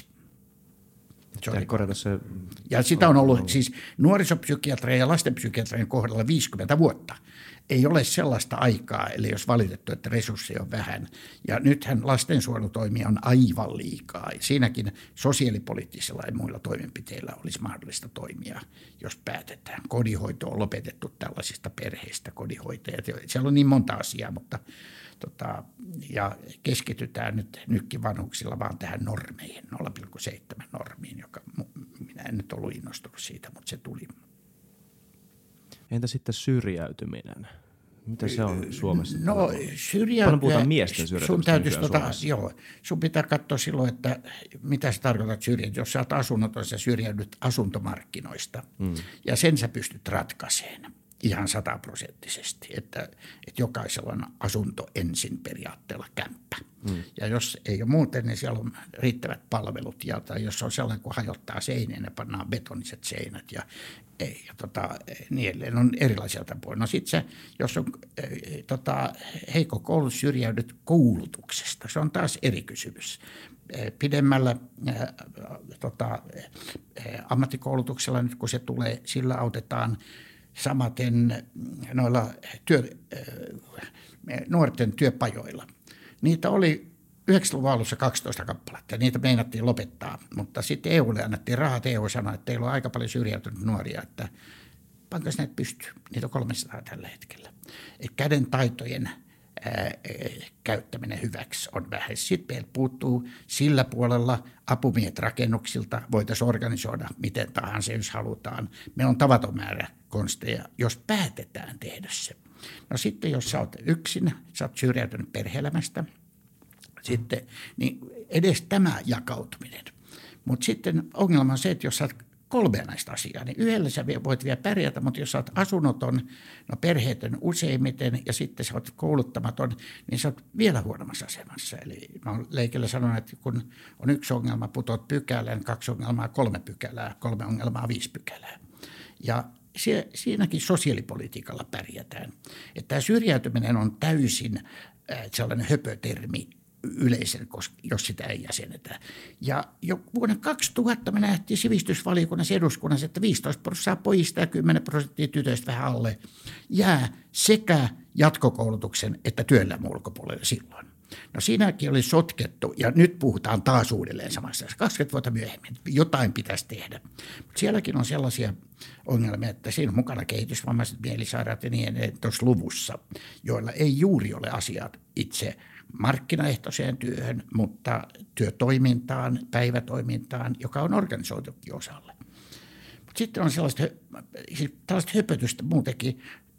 Se... Ja sitä on ollut siis nuorisopsykiatrian ja lastenpsykiatrian kohdalla viisikymmentä vuotta. Ei ole sellaista aikaa, eli jos valitettu, että resursseja on vähän. Ja nythän lastensuojelutoimia on aivan liikaa. Siinäkin sosiaalipoliittisilla ja muilla toimenpiteillä olisi mahdollista toimia, jos päätetään. Kodinhoito on lopetettu tällaisista perheistä, kodinhoitajat. Siellä on niin monta asiaa, mutta tota, ja keskitytään nyt nytkin vanhuksilla vaan tähän normeihin, nolla pilkku seitsemän normiin, joka minä en nyt ollut innostunut siitä, mutta se tuli. Entä sitten syrjäytyminen? Mitä se on Suomessa? No syrjäytyä. Paljon puhutaan miesten syrjäytymistä tota, joo, sun pitää katsoa silloin, että mitä sä tarkoitat syrjäytyä. Jos sä oot asunnoton, sä syrjäydyt asuntomarkkinoista mm. ja sen sä pystyt ratkaiseen ihan sataprosenttisesti, että, että jokaisella on asunto ensin periaatteella kämppä. Mm. Ja jos ei ole muuten, niin siellä on riittävät palvelut. Ja, tai jos on sellainen, kun hajottaa seineen ja pannaan betoniset seinät ja ei. Ja tota, niin edelleen on erilaisia tapoja. No sitten se, jos on äh, tota, heikko koulutus, syrjäydyt koulutuksesta, se on taas eri kysymys. Pidemmällä äh, tota, äh, ammattikoulutuksella nyt kun se tulee, sillä autetaan samaten noilla työ, äh, nuorten työpajoilla. Niitä oli yhdeksänkymmentäluvun alussa kaksitoista kappaletta ja niitä meinattiin lopettaa, mutta sitten E U:lle annettiin rahat. E U sanoi, että teillä on aika paljon syrjäytynyt nuoria, että pankas näitä pystyy. Niitä on kolmesataa tällä hetkellä. Et käden taitojen ää, käyttäminen hyväksi on vähän. Sitten meiltä puuttuu sillä puolella apumiehet rakennuksilta. Voitaisiin organisoida miten tahansa, jos halutaan. Meillä on tavaton määrä konsteja, jos päätetään tehdä se. No sitten jos sä oot yksin, sä oot syrjäytynyt perhe-elämästä, sitten, niin edes tämä jakautuminen. Mutta sitten ongelma on se, että jos sä oot kolmea näistä asiaa, niin yhdellä sä voit vielä pärjätä, mutta jos sä oot asunnoton, no perheetön useimmiten ja sitten sä oot kouluttamaton, niin sä oot vielä huonommassa asemassa. Eli no, leikillä sanon, että kun on yksi ongelma, putoat pykälään, kaksi ongelmaa, kolme pykälää, kolme ongelmaa, viisi pykälää. Ja se, siinäkin sosiaalipolitiikalla pärjätään. Että tämä syrjäytyminen on täysin äh, sellainen höpötermi yleisen, jos sitä ei jäsenetä. Ja jo vuonna kaksituhatta me nähtiin sivistysvaliokunnassa eduskunnassa, että viisitoista prosenttia pojista ja kymmenen prosenttia tytöistä vähän alle jää sekä jatkokoulutuksen että työelämän ulkopuolelle silloin. No siinäkin oli sotkettu ja nyt puhutaan taas uudelleen samassa kaksikymmentä vuotta myöhemmin. Jotain pitäisi tehdä. Mutta sielläkin on sellaisia ongelmia, että siinä on mukana kehitysvammaiset, mielisairaat ja niin edelleen tuossa luvussa, joilla ei juuri ole asiat itse markkinaehtoiseen työhön, mutta työtoimintaan, päivätoimintaan, joka on organisoitukin osalle. Mutta sitten on sellaista, tällaista höpötystä muutenkin.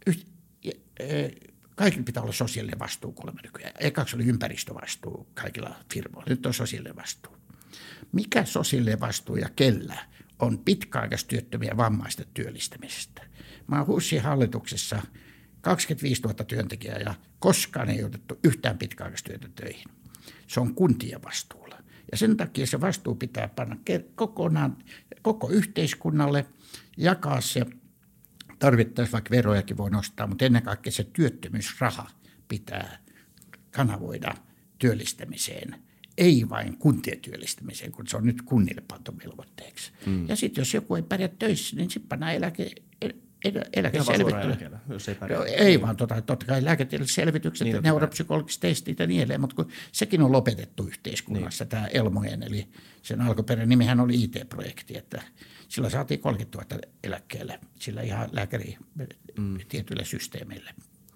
Kaikilla pitää olla sosiaalinen vastuu kolme nykyään. Ekaksi oli ympäristövastuu kaikilla firmoilla, nyt on sosiaalinen vastuu. Mikä sosiaalinen vastuu ja kellä on pitkäaikaistyöttömiä vammaisten työllistämisestä? Mä oon HUSin hallituksessa kaksikymmentäviisituhatta työntekijää ja koskaan ei otettu yhtään pitkäaikaistyötä töihin. Se on kuntien vastuulla. Ja sen takia se vastuu pitää panna kokonaan koko yhteiskunnalle, jakaa se. Tarvittaessa vaikka verojakin voi nostaa, mutta ennen kaikkea se työttömyysraha pitää kanavoida työllistämiseen, ei vain kuntien työllistämiseen, kun se on nyt kunnille pantu velvoitteeksi. Mm. Ja sitten jos joku ei pärjää töissä, niin sitten pannaan eläke, eläkeselvittelyä. Jos ei pärjää. Ei vaan, tota, totta kai lääketieteelliset selvitykset niin, ja neuropsykologiset testit ja niin edelleen, mutta kun sekin on lopetettu yhteiskunnassa, niin. Tämä Elmojen, eli sen alkuperäinen nimihän oli I T-projekti, että sillä saatiin kolmekymmentätuhatta eläkkeelle, sillä ihan lääkäri mm. tietyille systeemeille.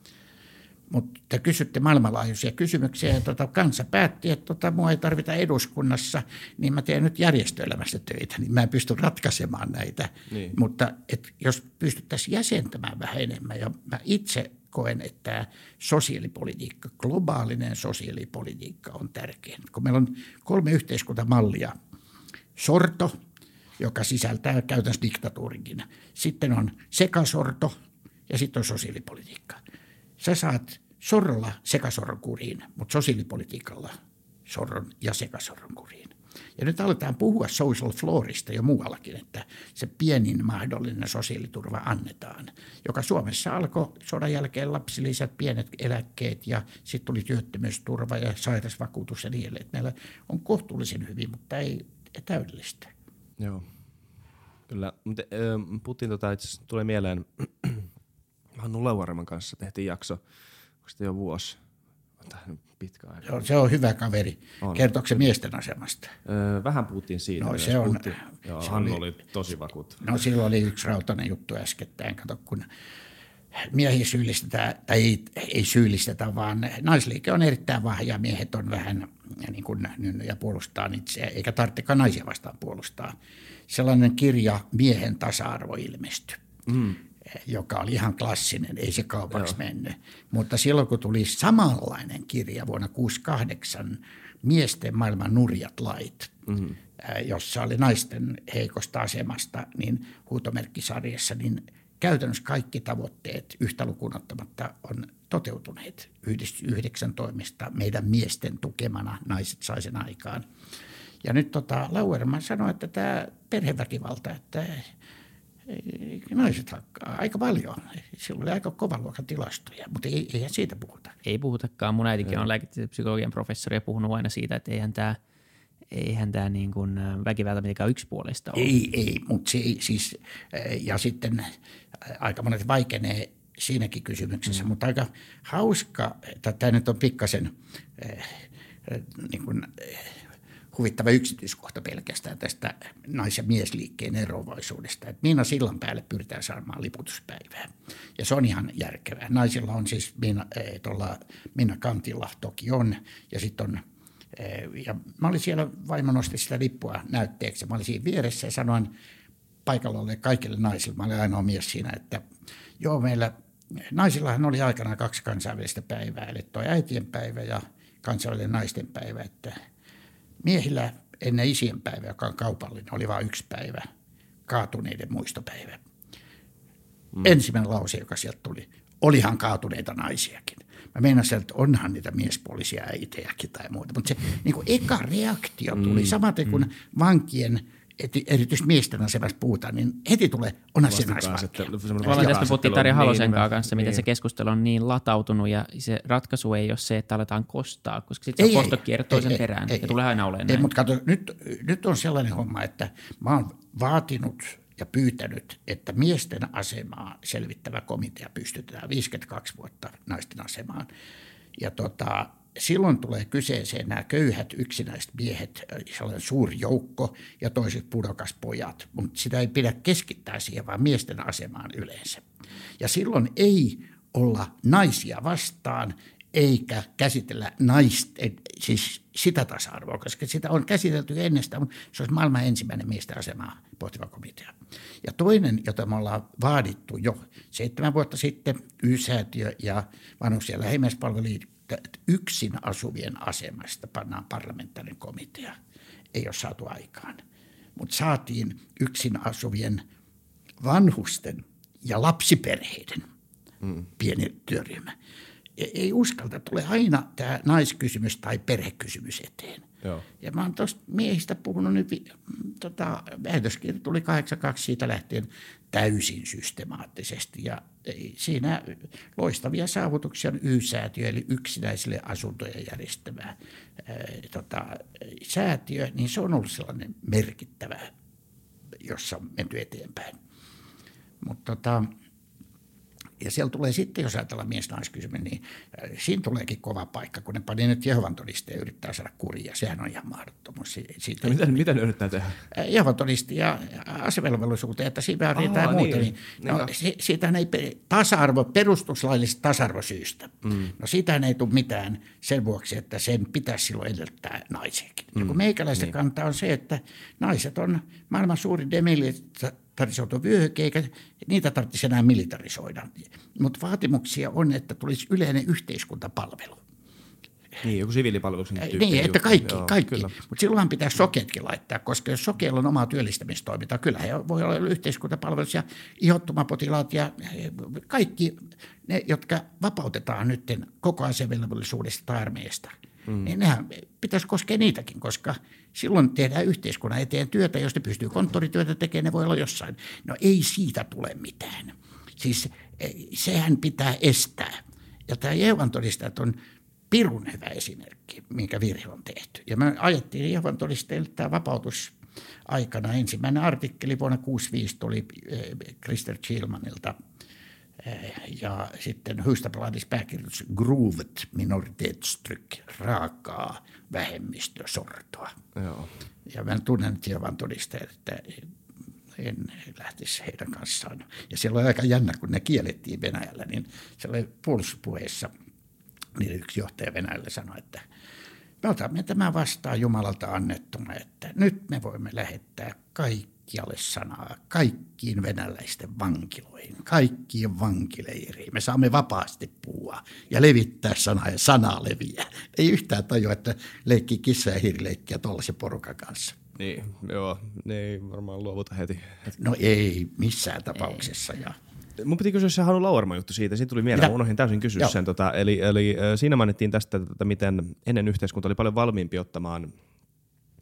Mutta te kysytte maailmanlaajuisia kysymyksiä ja tota, kansa päätti, että tota, mua ei tarvita eduskunnassa, niin mä teen nyt järjestöelämässä töitä, niin mä en pysty ratkaisemaan näitä. Niin. Mutta et, jos pystyttäisiin jäsentämään vähän enemmän, ja mä itse koen, että sosiaalipolitiikka, globaalinen sosiaalipolitiikka on tärkeä. Kun meillä on kolme yhteiskuntamallia, sorto, joka sisältää käytännössä diktatuurinkin. Sitten on sekasorto ja sitten on sosiaalipolitiikka. Sä saat sorrolla sekasorron kuriin, mutta sosiaalipolitiikalla sorron ja sekasorron kuriin. Ja nyt aletaan puhua social floorista jo muuallakin, että se pienin mahdollinen sosiaaliturva annetaan, joka Suomessa alkoi sodan jälkeen lapsilisät, pienet eläkkeet ja sitten tuli työttömyysturva ja sairausvakuutus ja niin edelleen. Meillä on kohtuullisen hyvin, mutta ei täydellistä. Joo, kyllä. Mutta äh, puhuttiin, tota, itse asiassa tulee mieleen, Hannu Lauareman kanssa tehtiin jakso, onko sitten jo vuosi, on pitkä aika. Joo, se on hyvä kaveri. On. Kertooko se miesten asemasta? Öö, vähän puhuttiin siitä. No, se on, puhuttiin, joo, se Hannu oli, oli tosi vakuuttunut. No silloin oli yksi rautainen juttu äskettäin, kato kun miehiä syyllistetään, tai ei, ei syyllistetä, vaan naisliike on erittäin vahva ja miehet on vähän niin kuin ja puolustaa itseä, eikä tarvitsekaan naisia vastaan puolustaa. Sellainen kirja Miehen tasa-arvo ilmestyi, mm. joka oli ihan klassinen, ei se kaupaksi Joo. mennyt. Mutta silloin kun tuli samanlainen kirja vuonna kuusikymmentäkahdeksan, Miesten maailman nurjat lait, mm-hmm. jossa oli naisten heikosta asemasta, niin huutomerkkisarjassa, niin käytännössä kaikki tavoitteet yhtä lukuun ottamatta on toteutuneet yhdeksän toimesta meidän miesten tukemana, naiset sai sen aikaan. Ja nyt tota, Lauerman sanoi, että tämä perheväkivalta, että naiset hakkaa aika paljon. Silloin oli aika kovan luokan tilastoja, mutta ei, eihän siitä puhuta. Ei puhutakaan. Mun äitikin on lääketieteen psykologian professori ja puhunut aina siitä, että eihän tämä eihän tämä niin kuin väkivalta mitenkään yksipuolista ole. Ei, ei, mutta se, siis, ja sitten aika monet vaikenee siinäkin kysymyksessä, mm. mutta aika hauska, että tämä nyt on pikkasen äh, niin kuin, äh, huvittava yksityiskohta pelkästään tästä nais- ja miesliikkeen eroavaisuudesta. Että Miina Sillanpäälle pyritään saamaan liputuspäivää ja se on ihan järkevää. Naisilla on siis Miina, äh, tuolla Minna Kantilla toki on ja sitten on ja mä olin siellä, vaimo nosti sitä lippua näytteeksi. Mä olin siinä vieressä ja sanoin paikalla olleille kaikille naisille, mä olin ainoa mies siinä, että joo meillä, naisillahan oli aikanaan kaksi kansainvälistä päivää, eli toi äitien päivä ja kansainvälinen naisten päivä, että miehillä ennen isien päivä, joka on kaupallinen, oli vain yksi päivä, kaatuneiden muistopäivä. Mm. Ensimmäinen lause, joka sieltä tuli, olihan kaatuneita naisiakin. Mä meinasin, että onhan niitä miespuolisia äitejäkin tai muuta, mutta se niin kuin eka reaktio tuli, mm, samaten kuin mm. vankien, erityisesti miesten asemassa puhutaan, niin heti tulee, onhan se naisvankkia. Vallan tästä puhuttiin Tarja Halosen kanssa, miten niin. se keskustelu on niin latautunut ja se ratkaisu ei ole se, että aletaan kostaa, koska sitten se kostokierre toisen perään ei, ja tulee aina olemaan ei, näin. Mutta kato, nyt, nyt on sellainen homma, että mä oon vaatinut ja pyytänyt, että miesten asemaa selvittävä komitea pystytetään viisikymmentäkaksi vuotta naisten asemaan. Ja tota, silloin tulee kyseeseen nämä köyhät yksinäiset miehet, sellainen suuri joukko ja toiset pudokaspojat, mutta sitä ei pidä keskittää siihen, vaan miesten asemaan yleensä. Ja silloin ei olla naisia vastaan, eikä käsitellä naisten, siis sitä tasa-arvoa, koska sitä on käsitelty ennestään, mutta se olisi maailman ensimmäinen miesten asemaa pohtiva komitea. Ja toinen, jota me ollaan vaadittu jo seitsemän vuotta sitten, Y-säätiö ja vanhus- ja lähimmäispalveluliitto, että yksin asuvien asemasta pannaan parlamentaarinen komitea. Ei ole saatu aikaan, mutta saatiin yksin asuvien vanhusten ja lapsiperheiden mm. pieni työryhmä. Ei uskalta, tulee aina tämä naiskysymys tai perhekysymys eteen. Joo. Ja mä oon tuosta miehistä puhunut nyt, tota, väitöskirja tuli kahdeksankymmentäkaksi siitä lähtien täysin systemaattisesti. Ja siinä loistavia saavutuksia on Y-säätiö, eli yksinäisille asuntoja järjestävä ää, tota, säätiö, niin se on ollut sellainen merkittävä, jossa on menty eteenpäin. Mutta tota, ja siellä tulee sitten, jos ajatellaan mies-naiskysymys, niin siinä tuleekin kova paikka, kun ne pani nyt Jehovan todistajia ja yrittää saada kuria. Sehän on ihan mahdottomuus. Siitä, mitä, mitä ne yrittää tehdä? Jehovan todistajia asevelvollisuuteen, että siinä on jotain muuta. Niin, niin, no, siitähän ei tasa-arvo, perustuslaillisesta tasa-arvosyystä. Mm. No siitähän ei tule mitään sen vuoksi, että sen pitäisi silloin edellyttää naisiakin. Mm. Ja kun meikäläisten niin. kanta on se, että naiset on maailman suurin demilitarisoitu vyöhyke, eikä niitä tarvitsisi enää militarisoida. Mutta vaatimuksia on, että tulisi yleinen yhteiskuntapalvelu. Niin, joku siviilipalveluksen tyyppi. Niin, että kaikki, Joo, kaikki. Mutta silloinhan pitää sokeetkin laittaa, koska jos sokeilla on omaa työllistämistoimintaa, kyllä he voi olla yhteiskuntapalvelussa ja ihottumapotilaat ja kaikki ne, jotka vapautetaan nyt koko asevelvollisuudesta tai armeijasta, mm. niin nehän pitäisi koskea niitäkin, koska silloin tehdään yhteiskunnan eteen työtä, jos ne pystyy konttorityötä tekemään, ne voi olla jossain. No ei siitä tule mitään. Siis sehän pitää estää. Ja tämä Jehovan todistajat on pirun hyvä esimerkki, minkä virhe on tehty. Ja me ajettiin Jehovan todistajille tämä vapautus aikana. Ensimmäinen artikkeli vuonna kuusikymmentäviisi tuli Krister Kielmanilta ja sitten Hufvudstadsbladets pääkirjoitus Grovet minoritetstryck, raakaa vähemmistösortoa. Joo. Ja mä tunnen Jehovan todistajat, että en lähtisi heidän kanssaan. Ja siellä oli aika jännä, kun ne kiellettiin Venäjällä, niin siellä oli puolustuspuheessa niin yksi johtaja Venäjällä sanoi, että me otamme tämän vastaan Jumalalta annettuna, että nyt me voimme lähettää kaikkialle sanaa, kaikkiin venäläisten vankiloihin, kaikkiin vankileiriin. Me saamme vapaasti puhua ja levittää sanaa ja sanaa leviää. Ei yhtään tajua, että leikkii kissa- ja hiirileikkiä tuollaisen porukan kanssa. Niin, joo, ne ei varmaan luovuta heti. No ei missään tapauksessa. Ei. Ja mun piti kysyä se Hannu Lauerman juttu siitä, siitä tuli mieleen, unohdin täysin kysyä Joo. sen. Tota, eli, eli siinä mainittiin tästä, että miten ennen yhteiskunta oli paljon valmiimpi ottamaan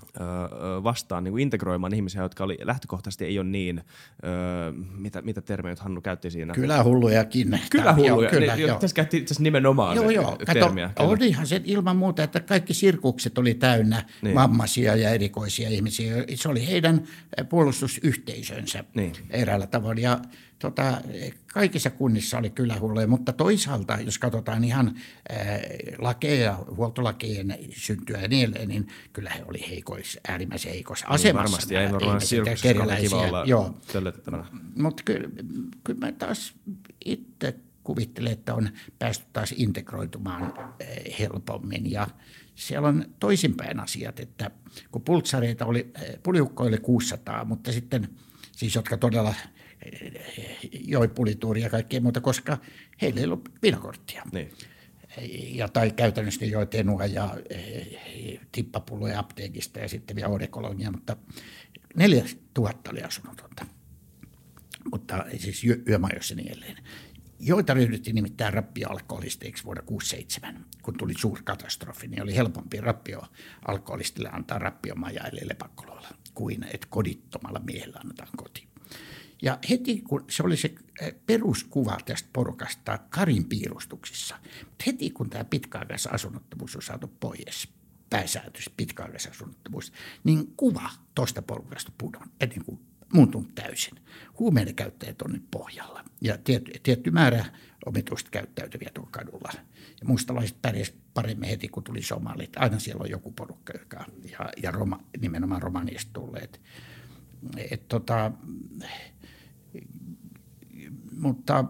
vastaan niin kuin integroimaan ihmisiä, jotka oli, lähtökohtaisesti ei ole niin, öö, mitä, mitä termejä Hannu käytti siinä? Kylähullujakin. Kylähulluja, kyllä, ne, tässä käytti itse asiassa nimenomaan joo, joo. termiä. Kato, olihan se ilman muuta, että kaikki sirkukset oli täynnä niin. vammaisia ja erikoisia ihmisiä. Se oli heidän puolustusyhteisönsä niin. eräällä tavoin. Ja tota, kaikissa kunnissa oli kylähulluja, mutta toisaalta, jos katsotaan ihan ää, lakeja, huoltolakien syntyä ja niin edelleen, niin kyllä he oli heikoissa, äärimmäisen heikoissa asemassa. Niin varmasti, ei varmaan sirkuksessa kiva olla töllettävänä. Mutta kyllä, kyllä mä taas itse kuvittelen, että on päästy taas integroitumaan helpommin ja siellä on toisinpäin asiat, että kun pultsareita oli, puliukkoja oli kuusisataa, mutta sitten siis jotka todella joi pulituuria ja kaikkea muuta, koska heillä ei ollut viinakorttia. Niin. Ja, tai käytännössä joi tenua ja tippapulloja apteekista ja sitten vielä odekologia, mutta neljä tuhatta oli asunnotonta, mutta siis yö, yömajoissa niin edelleen. Joita ryhdyttiin nimittäin rappio-alkoholisteiksi vuonna kuusikymmentäseitsemän, kun tuli suurkatastrofi, niin oli helpompi rappio-alkoholistille antaa rappiomaja eli lepakkoluola kuin että kodittomalla miehellä annetaan koti. Ja heti kun se oli se peruskuva tästä porukasta Karin piirustuksissa, mutta heti kun tämä pitkäaikaisasunnottomuus on saatu pois, pääsäätös pitkäaikaisasunnottomuus, niin kuva tuosta porukasta pudon ennen kuin muuntunut täysin. Huumeiden käyttäjät on nyt pohjalla ja tietty, tietty määrä omituista käyttäytyviä tuolla kadulla. Ja mustalaiset pärjäsivät paremmin heti, kun tuli somalit. Aina siellä on joku porukka, joka, ja, ja Roma, nimenomaan Romaniasta tulleet. Et, tota, mutta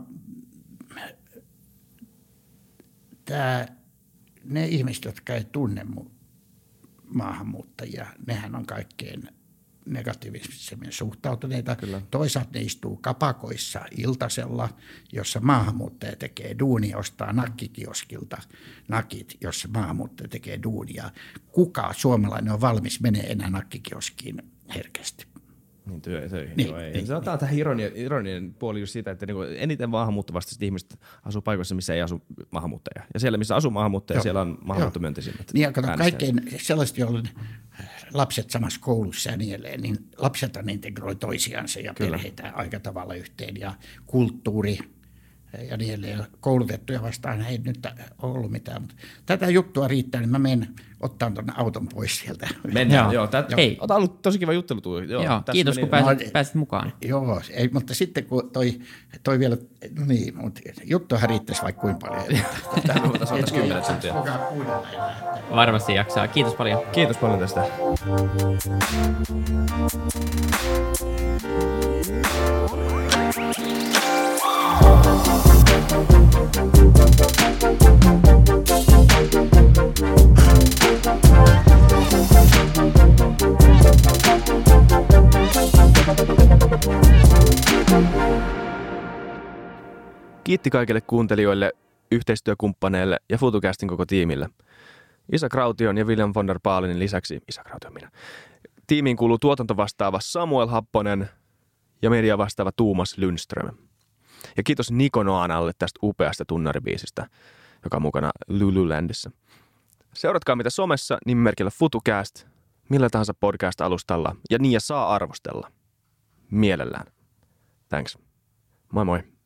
tää, ne ihmiset, jotka ei tunne maahanmuuttajia, nehän on kaikkein negatiivisemmin suhtautuneita. Kyllä. Toisaalta ne istuu kapakoissa iltasella, jossa maahanmuuttaja tekee duunia, ostaa nakkikioskilta nakit, jossa maahanmuuttaja tekee duunia. Kuka suomalainen on valmis menee enää nakkikioskiin herkästi? Niin töihin, niin, joo ei. Niin, se on niin. Tähän ironia, ironinen puoli just siitä, että niinku eniten maahanmuuttovastaiset ihmiset asuu paikoissa, missä ei asu maahanmuuttajia. Ja siellä, missä asuu maahanmuuttajia, joo, siellä on maahanmuuttomyönteisimmät. Niin ja kato, kaikkein sellaiset, joilla lapset samassa koulussa ja niin edelleen, niin lapsethan integroi toisiansa ja Kyllä. perheitä aika tavalla yhteen ja kulttuuri ja niin edelleen. Koulutettuja vastaan ei nyt ollut mitään, mutta tätä juttua riittää, niin mä menen ottaan tuonne auton pois sieltä. Mennään, joo. joo tät, Hei. Ota ollut tosi kiva juttelu. Joo, joo kiitos meni. kun pääsit, no, pääsit mukaan. Joo, ei, mutta sitten kun toi, toi vielä, no niin, mutta juttuahan riittäisi vaikka kuinka paljon. Tähän me voitaisiin ottaa kymmenen tuntia. Varmasti jaksaa. Kiitos paljon. Kiitos paljon tästä. Kiitti kaikille kuuntelijoille, yhteistyökumppaneille ja FutuCastin koko tiimille. Isa Kraution ja William von der Baalinin lisäksi, Isa Kraution minä, tiimiin kuuluu tuotantovastaava Samuel Happonen ja media vastaava Tuumas Lundström. Ja kiitos Niko Noanalle tästä upeasta tunnaribiisistä, joka on mukana Lululandissa. Seuratkaa mitä somessa nimimerkillä FutuCast, millä tahansa podcast-alustalla ja niin ja saa arvostella. Mielellään. Thanks. Moi moi.